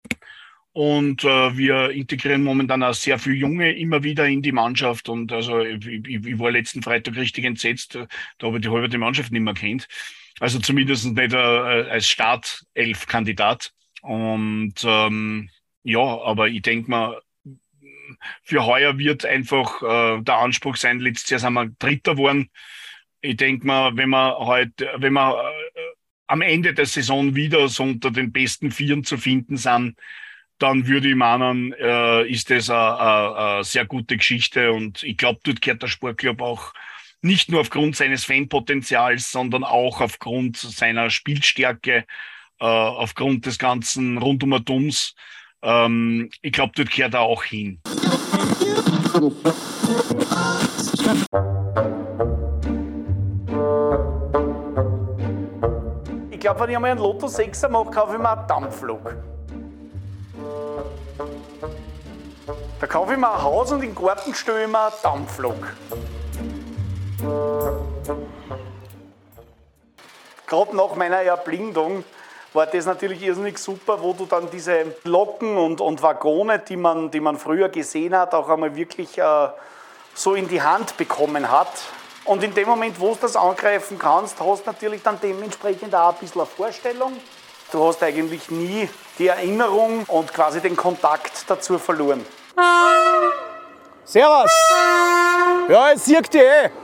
Und äh, wir integrieren momentan auch sehr viele Junge immer wieder in die Mannschaft. Und also ich, ich, ich war letzten Freitag richtig entsetzt, da habe ich die halbe Mannschaft nicht mehr kennt. Also zumindest nicht äh, als Startelf-Kandidat. Und ähm, ja, aber ich denke mal, für heuer wird einfach äh, der Anspruch sein, letztes Jahr sind wir Dritter geworden. Ich denke mal, wenn wir heute, wenn wir äh, am Ende der Saison wieder so unter den besten Vieren zu finden sind, dann würde ich meinen, äh, ist das eine sehr gute Geschichte. Und ich glaube, dort gehört der Sportclub auch nicht nur aufgrund seines Fanpotenzials, sondern auch aufgrund seiner Spielstärke, äh, aufgrund des ganzen Rundum-Dums. Ähm, ich glaube, dort gehört er auch hin.
Ich glaube, wenn ich einmal einen Lotto sechser mache, kaufe ich mir einen Dampflok. Da kaufe ich mir ein Haus und in den Garten stelle ich mir einen Dampflok. gerade nach meiner Erblindung war das natürlich irrsinnig super, wo du dann diese Loken und, und Waggone, die man, die man früher gesehen hat, auch einmal wirklich äh, so in die Hand bekommen hat. Und in dem Moment, wo du das angreifen kannst, hast du natürlich dann dementsprechend auch ein bisschen eine Vorstellung. Du hast eigentlich nie die Erinnerung und quasi den Kontakt dazu verloren.
Servus! Ja, jetzt siegt ihr eh.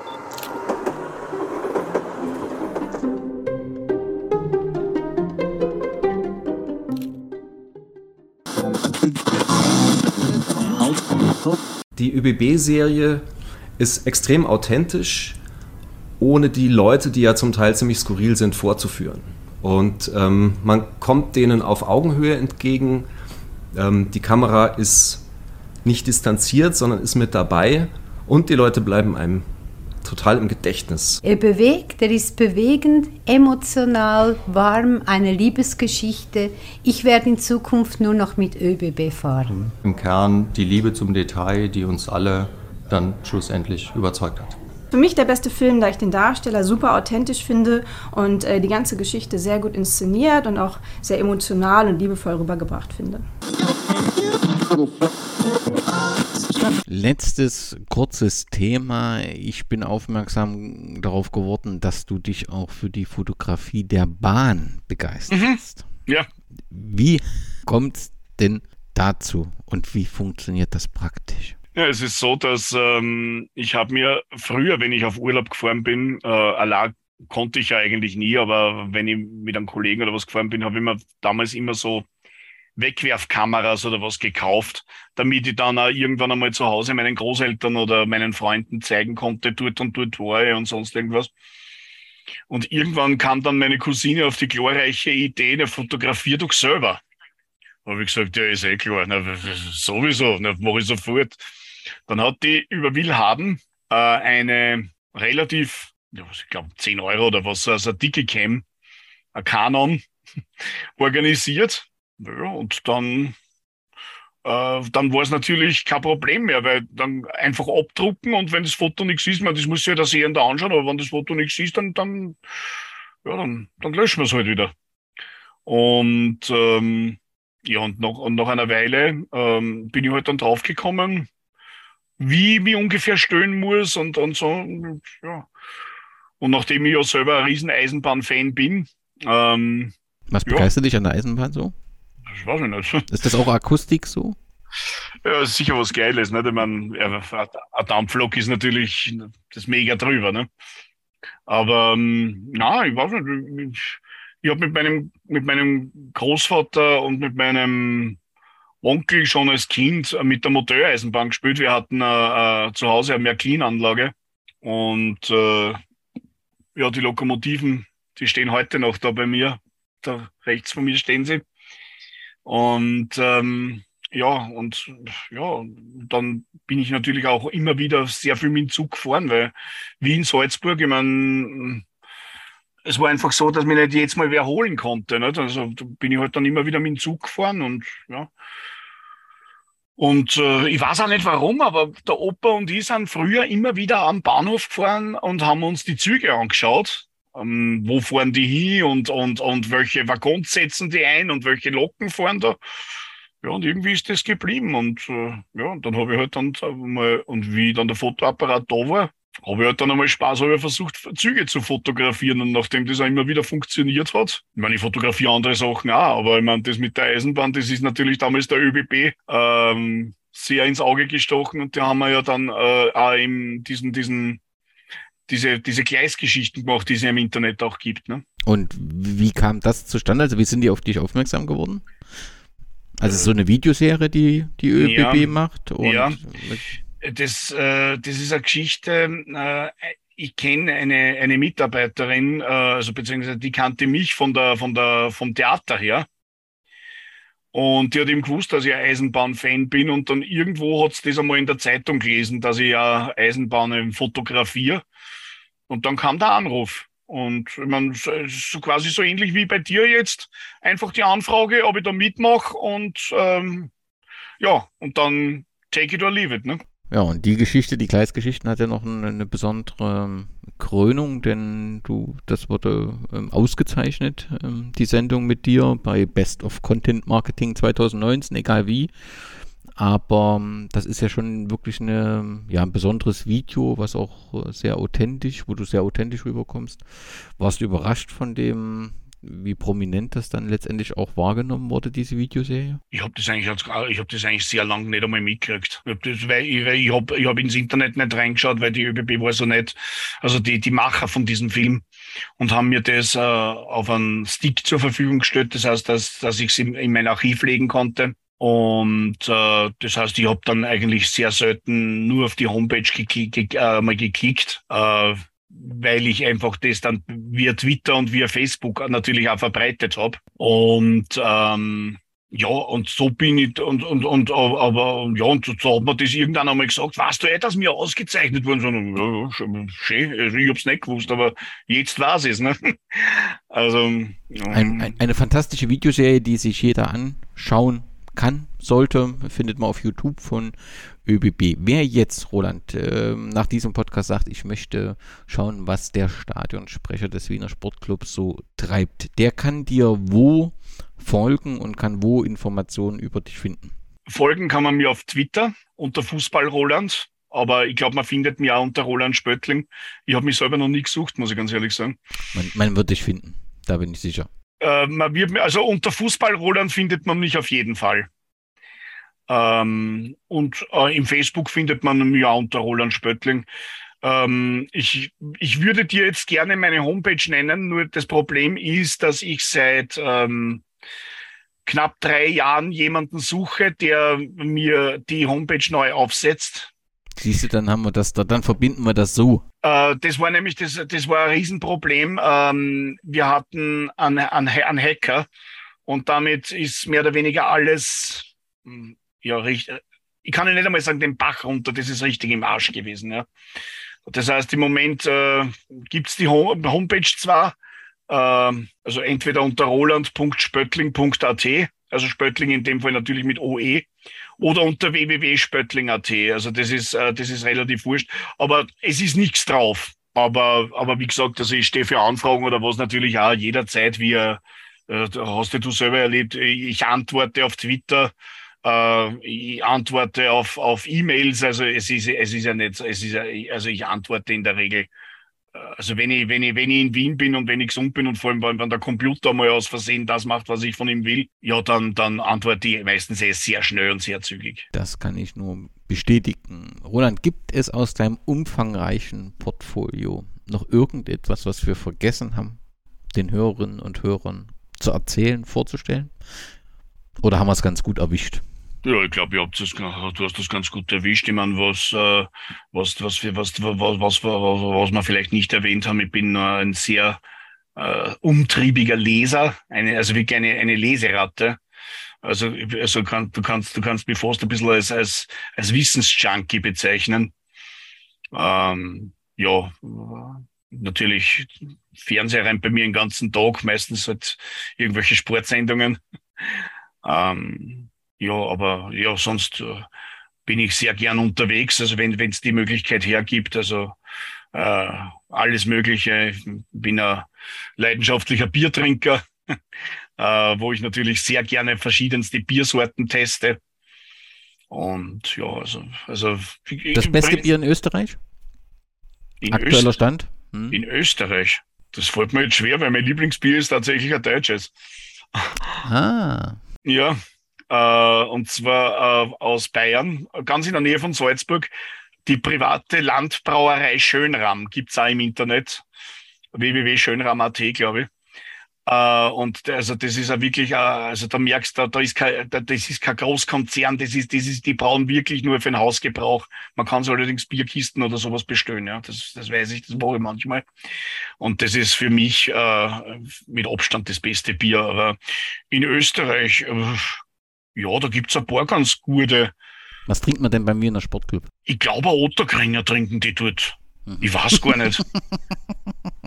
Die ÖBB-Serie ist extrem authentisch, ohne die Leute, die ja zum Teil ziemlich skurril sind, vorzuführen. Und ähm, man kommt denen auf Augenhöhe entgegen. Ähm, die Kamera ist nicht distanziert, sondern ist mit dabei. Und die Leute bleiben einem total im Gedächtnis.
Er bewegt, er ist bewegend, emotional, warm, eine Liebesgeschichte. Ich werde in Zukunft nur noch mit ÖBB fahren.
Im Kern die Liebe zum Detail, die uns alle dann schlussendlich überzeugt hat.
Für mich der beste Film, da ich den Darsteller super authentisch finde und äh, die ganze Geschichte sehr gut inszeniert und auch sehr emotional und liebevoll rübergebracht finde.
Letztes kurzes Thema. Ich bin aufmerksam darauf geworden, dass du dich auch für die Fotografie der Bahn begeisterst.
Mhm. Ja.
Wie kommt es denn dazu und wie funktioniert das praktisch?
Ja, es ist so, dass ähm, ich habe mir früher, wenn ich auf Urlaub gefahren bin, äh, allein konnte ich ja eigentlich nie, aber wenn ich mit einem Kollegen oder was gefahren bin, habe ich mir damals immer so Wegwerfkameras oder was gekauft, damit ich dann auch irgendwann einmal zu Hause meinen Großeltern oder meinen Freunden zeigen konnte, dort und dort war ich und sonst irgendwas. Und irgendwann kam dann meine Cousine auf die glorreiche Idee, ne, fotografier doch selber. Da habe ich gesagt, ja, ist eh klar, na, sowieso, na, mache ich sofort. Dann hat die über Willhaben äh, eine relativ, ja, ich glaube zehn Euro oder was, also eine dicke Cam, ein Canon, organisiert. Ja, und dann, äh, dann war es natürlich kein Problem mehr, weil dann einfach abdrucken und wenn das Foto nichts ist, man, das muss sich ja der Sehende anschauen, aber wenn das Foto nichts ist, dann, dann, ja, dann, dann löschen wir es halt wieder. Und ähm, ja, und nach, und nach einer Weile ähm, bin ich halt dann draufgekommen, wie wie ungefähr stehen muss und, und so. Und, ja. Und nachdem ich ja selber ein riesen Eisenbahn-Fan bin. Ähm,
Was begeistert ja. dich an der Eisenbahn so?
Das weiß ich nicht.
Ist das auch Akustik so?
Ja, ist sicher was Geiles. Nicht? Ich meine, ein Dampflok ist natürlich das mega drüber. Ne? Aber ähm, na, ich weiß nicht. Ich, ich habe mit meinem, mit meinem Großvater und mit meinem Onkel schon als Kind mit der Modelleisenbahn gespielt. Wir hatten äh, äh, zu Hause eine Märklin-Anlage und äh, ja, die Lokomotiven, die stehen heute noch da bei mir. Da rechts von mir stehen sie. Und ähm, ja, und ja, dann bin ich natürlich auch immer wieder sehr viel mit dem Zug gefahren, weil Wien, Salzburg, ich meine, es war einfach so, dass mich nicht jedes Mal wer holen konnte. Nicht? Also da bin ich halt dann immer wieder mit dem Zug gefahren und ja. Und äh, ich weiß auch nicht warum, aber der Opa und ich sind früher immer wieder am Bahnhof gefahren und haben uns die Züge angeschaut. Ähm, wo fahren die hin und, und, und welche Waggons setzen die ein und welche Loken fahren da. Ja, und irgendwie ist das geblieben. Und äh, ja, und dann habe ich halt dann mal, und wie dann der Fotoapparat da war, habe ich halt dann einmal Spaß, habe ich versucht, Züge zu fotografieren. Und nachdem das auch immer wieder funktioniert hat, ich meine, ich fotografiere andere Sachen auch, aber ich meine, das mit der Eisenbahn, das ist natürlich damals der ÖBB ähm, sehr ins Auge gestochen. Und da haben wir ja dann äh, auch eben diesen, diesen, diese, diese Gleisgeschichten gemacht, die es ja im Internet auch gibt. Ne?
Und wie kam das zustande? Also wie sind die auf dich aufmerksam geworden? Also so eine Videoserie, die die ÖBB ja, macht? Und
ja. Das, äh, das ist eine Geschichte, äh, ich kenne eine, eine Mitarbeiterin, äh, also beziehungsweise die kannte mich von der, von der, vom Theater her. Und die hat eben gewusst, dass ich ein Eisenbahn-Fan bin und dann irgendwo hat sie das einmal in der Zeitung gelesen, dass ich ja Eisenbahnen fotografiere. Und dann kam der Anruf. Und ich meine, so quasi so ähnlich wie bei dir jetzt, einfach die Anfrage, ob ich da mitmache und ähm, ja, und dann take it or leave it, ne?
Ja, und die Geschichte, die Gleisgeschichten hat ja noch eine, eine besondere Krönung, denn du, das wurde ähm, ausgezeichnet, ähm, die Sendung mit dir bei Best of Content Marketing zwanzig neunzehn, egal wie. Aber ähm, das ist ja schon wirklich eine, ja, ein besonderes Video, was auch äh, sehr authentisch, wo du sehr authentisch rüberkommst. Warst du überrascht von dem, wie prominent das dann letztendlich auch wahrgenommen wurde, diese Videoserie?
Ich habe das eigentlich, ich habe das eigentlich sehr lange nicht einmal mitgekriegt. Ich habe das, weil ich, weil ich habe, ich habe ins Internet nicht reingeschaut, weil die ÖBB war so nicht, also die die Macher von diesem Film, und haben mir das äh, auf einen Stick zur Verfügung gestellt. Das heißt, dass dass ich es in, in mein Archiv legen konnte. Und äh, das heißt, ich habe dann eigentlich sehr selten nur auf die Homepage gekli- ge- äh, mal geklickt. Äh, weil ich einfach das dann via Twitter und via Facebook natürlich auch verbreitet habe. Und ähm, ja, und so bin ich, und, und, und, aber, ja, und so hat mir das irgendwann einmal gesagt, weißt du eh, dass wir ausgezeichnet wurden? So, ja, schön, also ich hab's nicht gewusst, aber jetzt weiß ich es, ne? Also, ja.
Ein, ein, eine fantastische Videoserie, die sich jeder anschauen kann, sollte, findet man auf YouTube von ÖBB. Wer jetzt, Roland, äh, nach diesem Podcast sagt, ich möchte schauen, was der Stadionsprecher des Wiener Sportclubs so treibt, der kann dir wo folgen und kann wo Informationen über dich finden?
Folgen kann man mir auf Twitter unter Fußball Roland, aber ich glaube, man findet mich auch unter Roland Spöttling. Ich habe mich selber noch nie gesucht, muss ich ganz ehrlich sagen.
Man, man wird dich finden, da bin ich sicher.
Äh, man wird, also unter Fußball Roland findet man mich auf jeden Fall. Ähm, und äh, im Facebook findet man mich auch unter Roland Spöttling. Ähm, ich, ich würde dir jetzt gerne meine Homepage nennen, nur das Problem ist, dass ich seit ähm, knapp drei Jahren jemanden suche, der mir die Homepage neu aufsetzt.
Siehst du, dann haben wir das, dann verbinden wir das so.
Äh, das war nämlich, das, das war ein Riesenproblem. Ähm, wir hatten einen, einen, einen Hacker und damit ist mehr oder weniger alles, ja, richtig, ich kann nicht einmal sagen, den Bach runter, das ist richtig im Arsch gewesen, ja. Das heißt, im Moment äh, gibt's die Home- Homepage zwar, äh, also entweder unter roland punkt spöttling punkt a t, also Spöttling in dem Fall natürlich mit O E, oder unter w w w punkt spöttling punkt a t. Also das ist, äh, das ist relativ wurscht. Aber es ist nichts drauf. Aber, aber wie gesagt, also ich stehe für Anfragen oder was natürlich auch jederzeit, wie äh, hast du selber erlebt, ich antworte auf Twitter, äh, ich antworte auf, auf E-Mails, also es ist, es ist ja nicht, es ist ja, also ich antworte in der Regel. Also wenn ich, wenn ich, wenn ich in Wien bin und wenn ich gesund bin und vor allem, wenn der Computer mal aus Versehen das macht, was ich von ihm will, ja, dann, dann antworte ich meistens sehr schnell und sehr zügig.
Das kann ich nur bestätigen. Roland, gibt es aus deinem umfangreichen Portfolio noch irgendetwas, was wir vergessen haben, den Hörerinnen und Hörern zu erzählen, vorzustellen? Oder haben wir es ganz gut erwischt?
Ja, ich glaube, du hast das ganz gut erwischt. Ich meine, was, äh, was, was, wir, was, was, was, was, was wir vielleicht nicht erwähnt haben, ich bin äh, ein sehr äh, umtriebiger Leser, eine, also wirklich eine, eine Leseratte. Also, also kann, du kannst, du kannst mich fast ein bisschen als, als, als Wissensjunkie bezeichnen. Ähm, ja, natürlich Fernseher rein bei mir den ganzen Tag, meistens halt irgendwelche Sportsendungen. Ähm, Ja, aber ja, sonst äh, bin ich sehr gern unterwegs, also wenn wenn es die Möglichkeit hergibt, also äh, alles Mögliche. Ich bin ein leidenschaftlicher Biertrinker, äh, wo ich natürlich sehr gerne verschiedenste Biersorten teste. Und ja, also... also
das beste Bier in Österreich?
In
Aktueller
Öst-
Stand? Hm.
In Österreich? Das fällt mir jetzt schwer, weil mein Lieblingsbier ist tatsächlich ein deutsches.
Ah.
Ja, äh, und zwar äh, aus Bayern, ganz in der Nähe von Salzburg. Die private Landbrauerei Schönram gibt's auch im Internet. w w w punkt schönram punkt a t, glaube ich. Äh, und also das ist ja wirklich, äh, also da merkst du, da ist kein, da, das ist kein Großkonzern, das ist, das ist, die brauen wirklich nur für den Hausgebrauch. Man kann so allerdings Bierkisten oder sowas bestellen, ja. Das, das weiß ich, das mache ich manchmal. Und das ist für mich äh, mit Abstand das beste Bier. Aber in Österreich, äh, ja, da gibt's ein paar ganz gute.
Was trinkt man denn beim Wiener Sportclub?
Ich glaube, Otterkringer trinken die dort. Ich weiß gar nicht.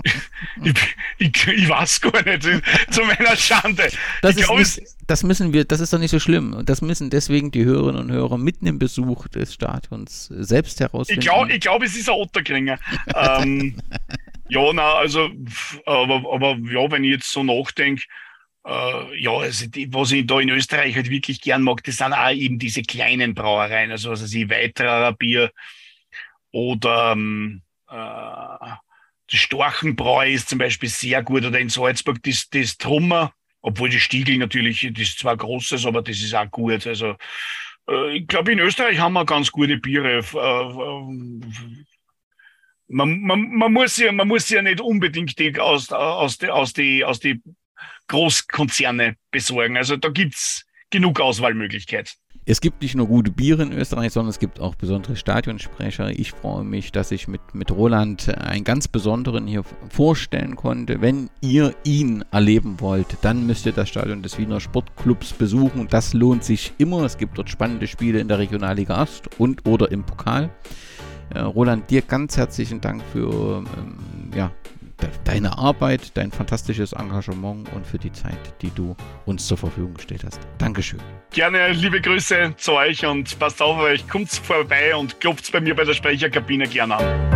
ich, ich, ich weiß gar nicht, zu meiner Schande.
Das,
ich
ist
glaub,
nicht, das müssen wir, das ist doch nicht so schlimm. Und das müssen deswegen die Hörerinnen und Hörer mitten im Besuch des Stadions selbst herausfinden.
Ich glaube, ich glaub, es ist ein Otterkringer. ähm, ja, na, also, aber, aber ja, wenn ich jetzt so nachdenke, äh, ja, also die, was ich da in Österreich halt wirklich gern mag, das sind auch eben diese kleinen Brauereien, also, also die Weiterer Bier oder ähm, äh, das Storchenbräu ist zum Beispiel sehr gut, oder in Salzburg das, das Trummer, obwohl die Stiegel natürlich, das ist zwar großes, aber das ist auch gut. Also äh, ich glaube, in Österreich haben wir ganz gute Biere. Äh, man, man, man, muss ja, man muss ja nicht unbedingt die aus, aus, die, aus, die, aus die Großkonzerne besorgen. Also da gibt's genug Auswahlmöglichkeit.
Es gibt nicht nur gute Biere in Österreich, sondern es gibt auch besondere Stadionsprecher. Ich freue mich, dass ich mit, mit Roland einen ganz besonderen hier vorstellen konnte. Wenn ihr ihn erleben wollt, dann müsst ihr das Stadion des Wiener Sportclubs besuchen. Das lohnt sich immer. Es gibt dort spannende Spiele in der Regionalliga Ost und oder im Pokal. Äh, Roland, dir ganz herzlichen Dank für ähm, ja, deine Arbeit, dein fantastisches Engagement und für die Zeit, die du uns zur Verfügung gestellt hast. Dankeschön.
Gerne liebe Grüße zu euch und passt auf euch, kommt vorbei und klopft bei mir bei der Sprecherkabine gerne an.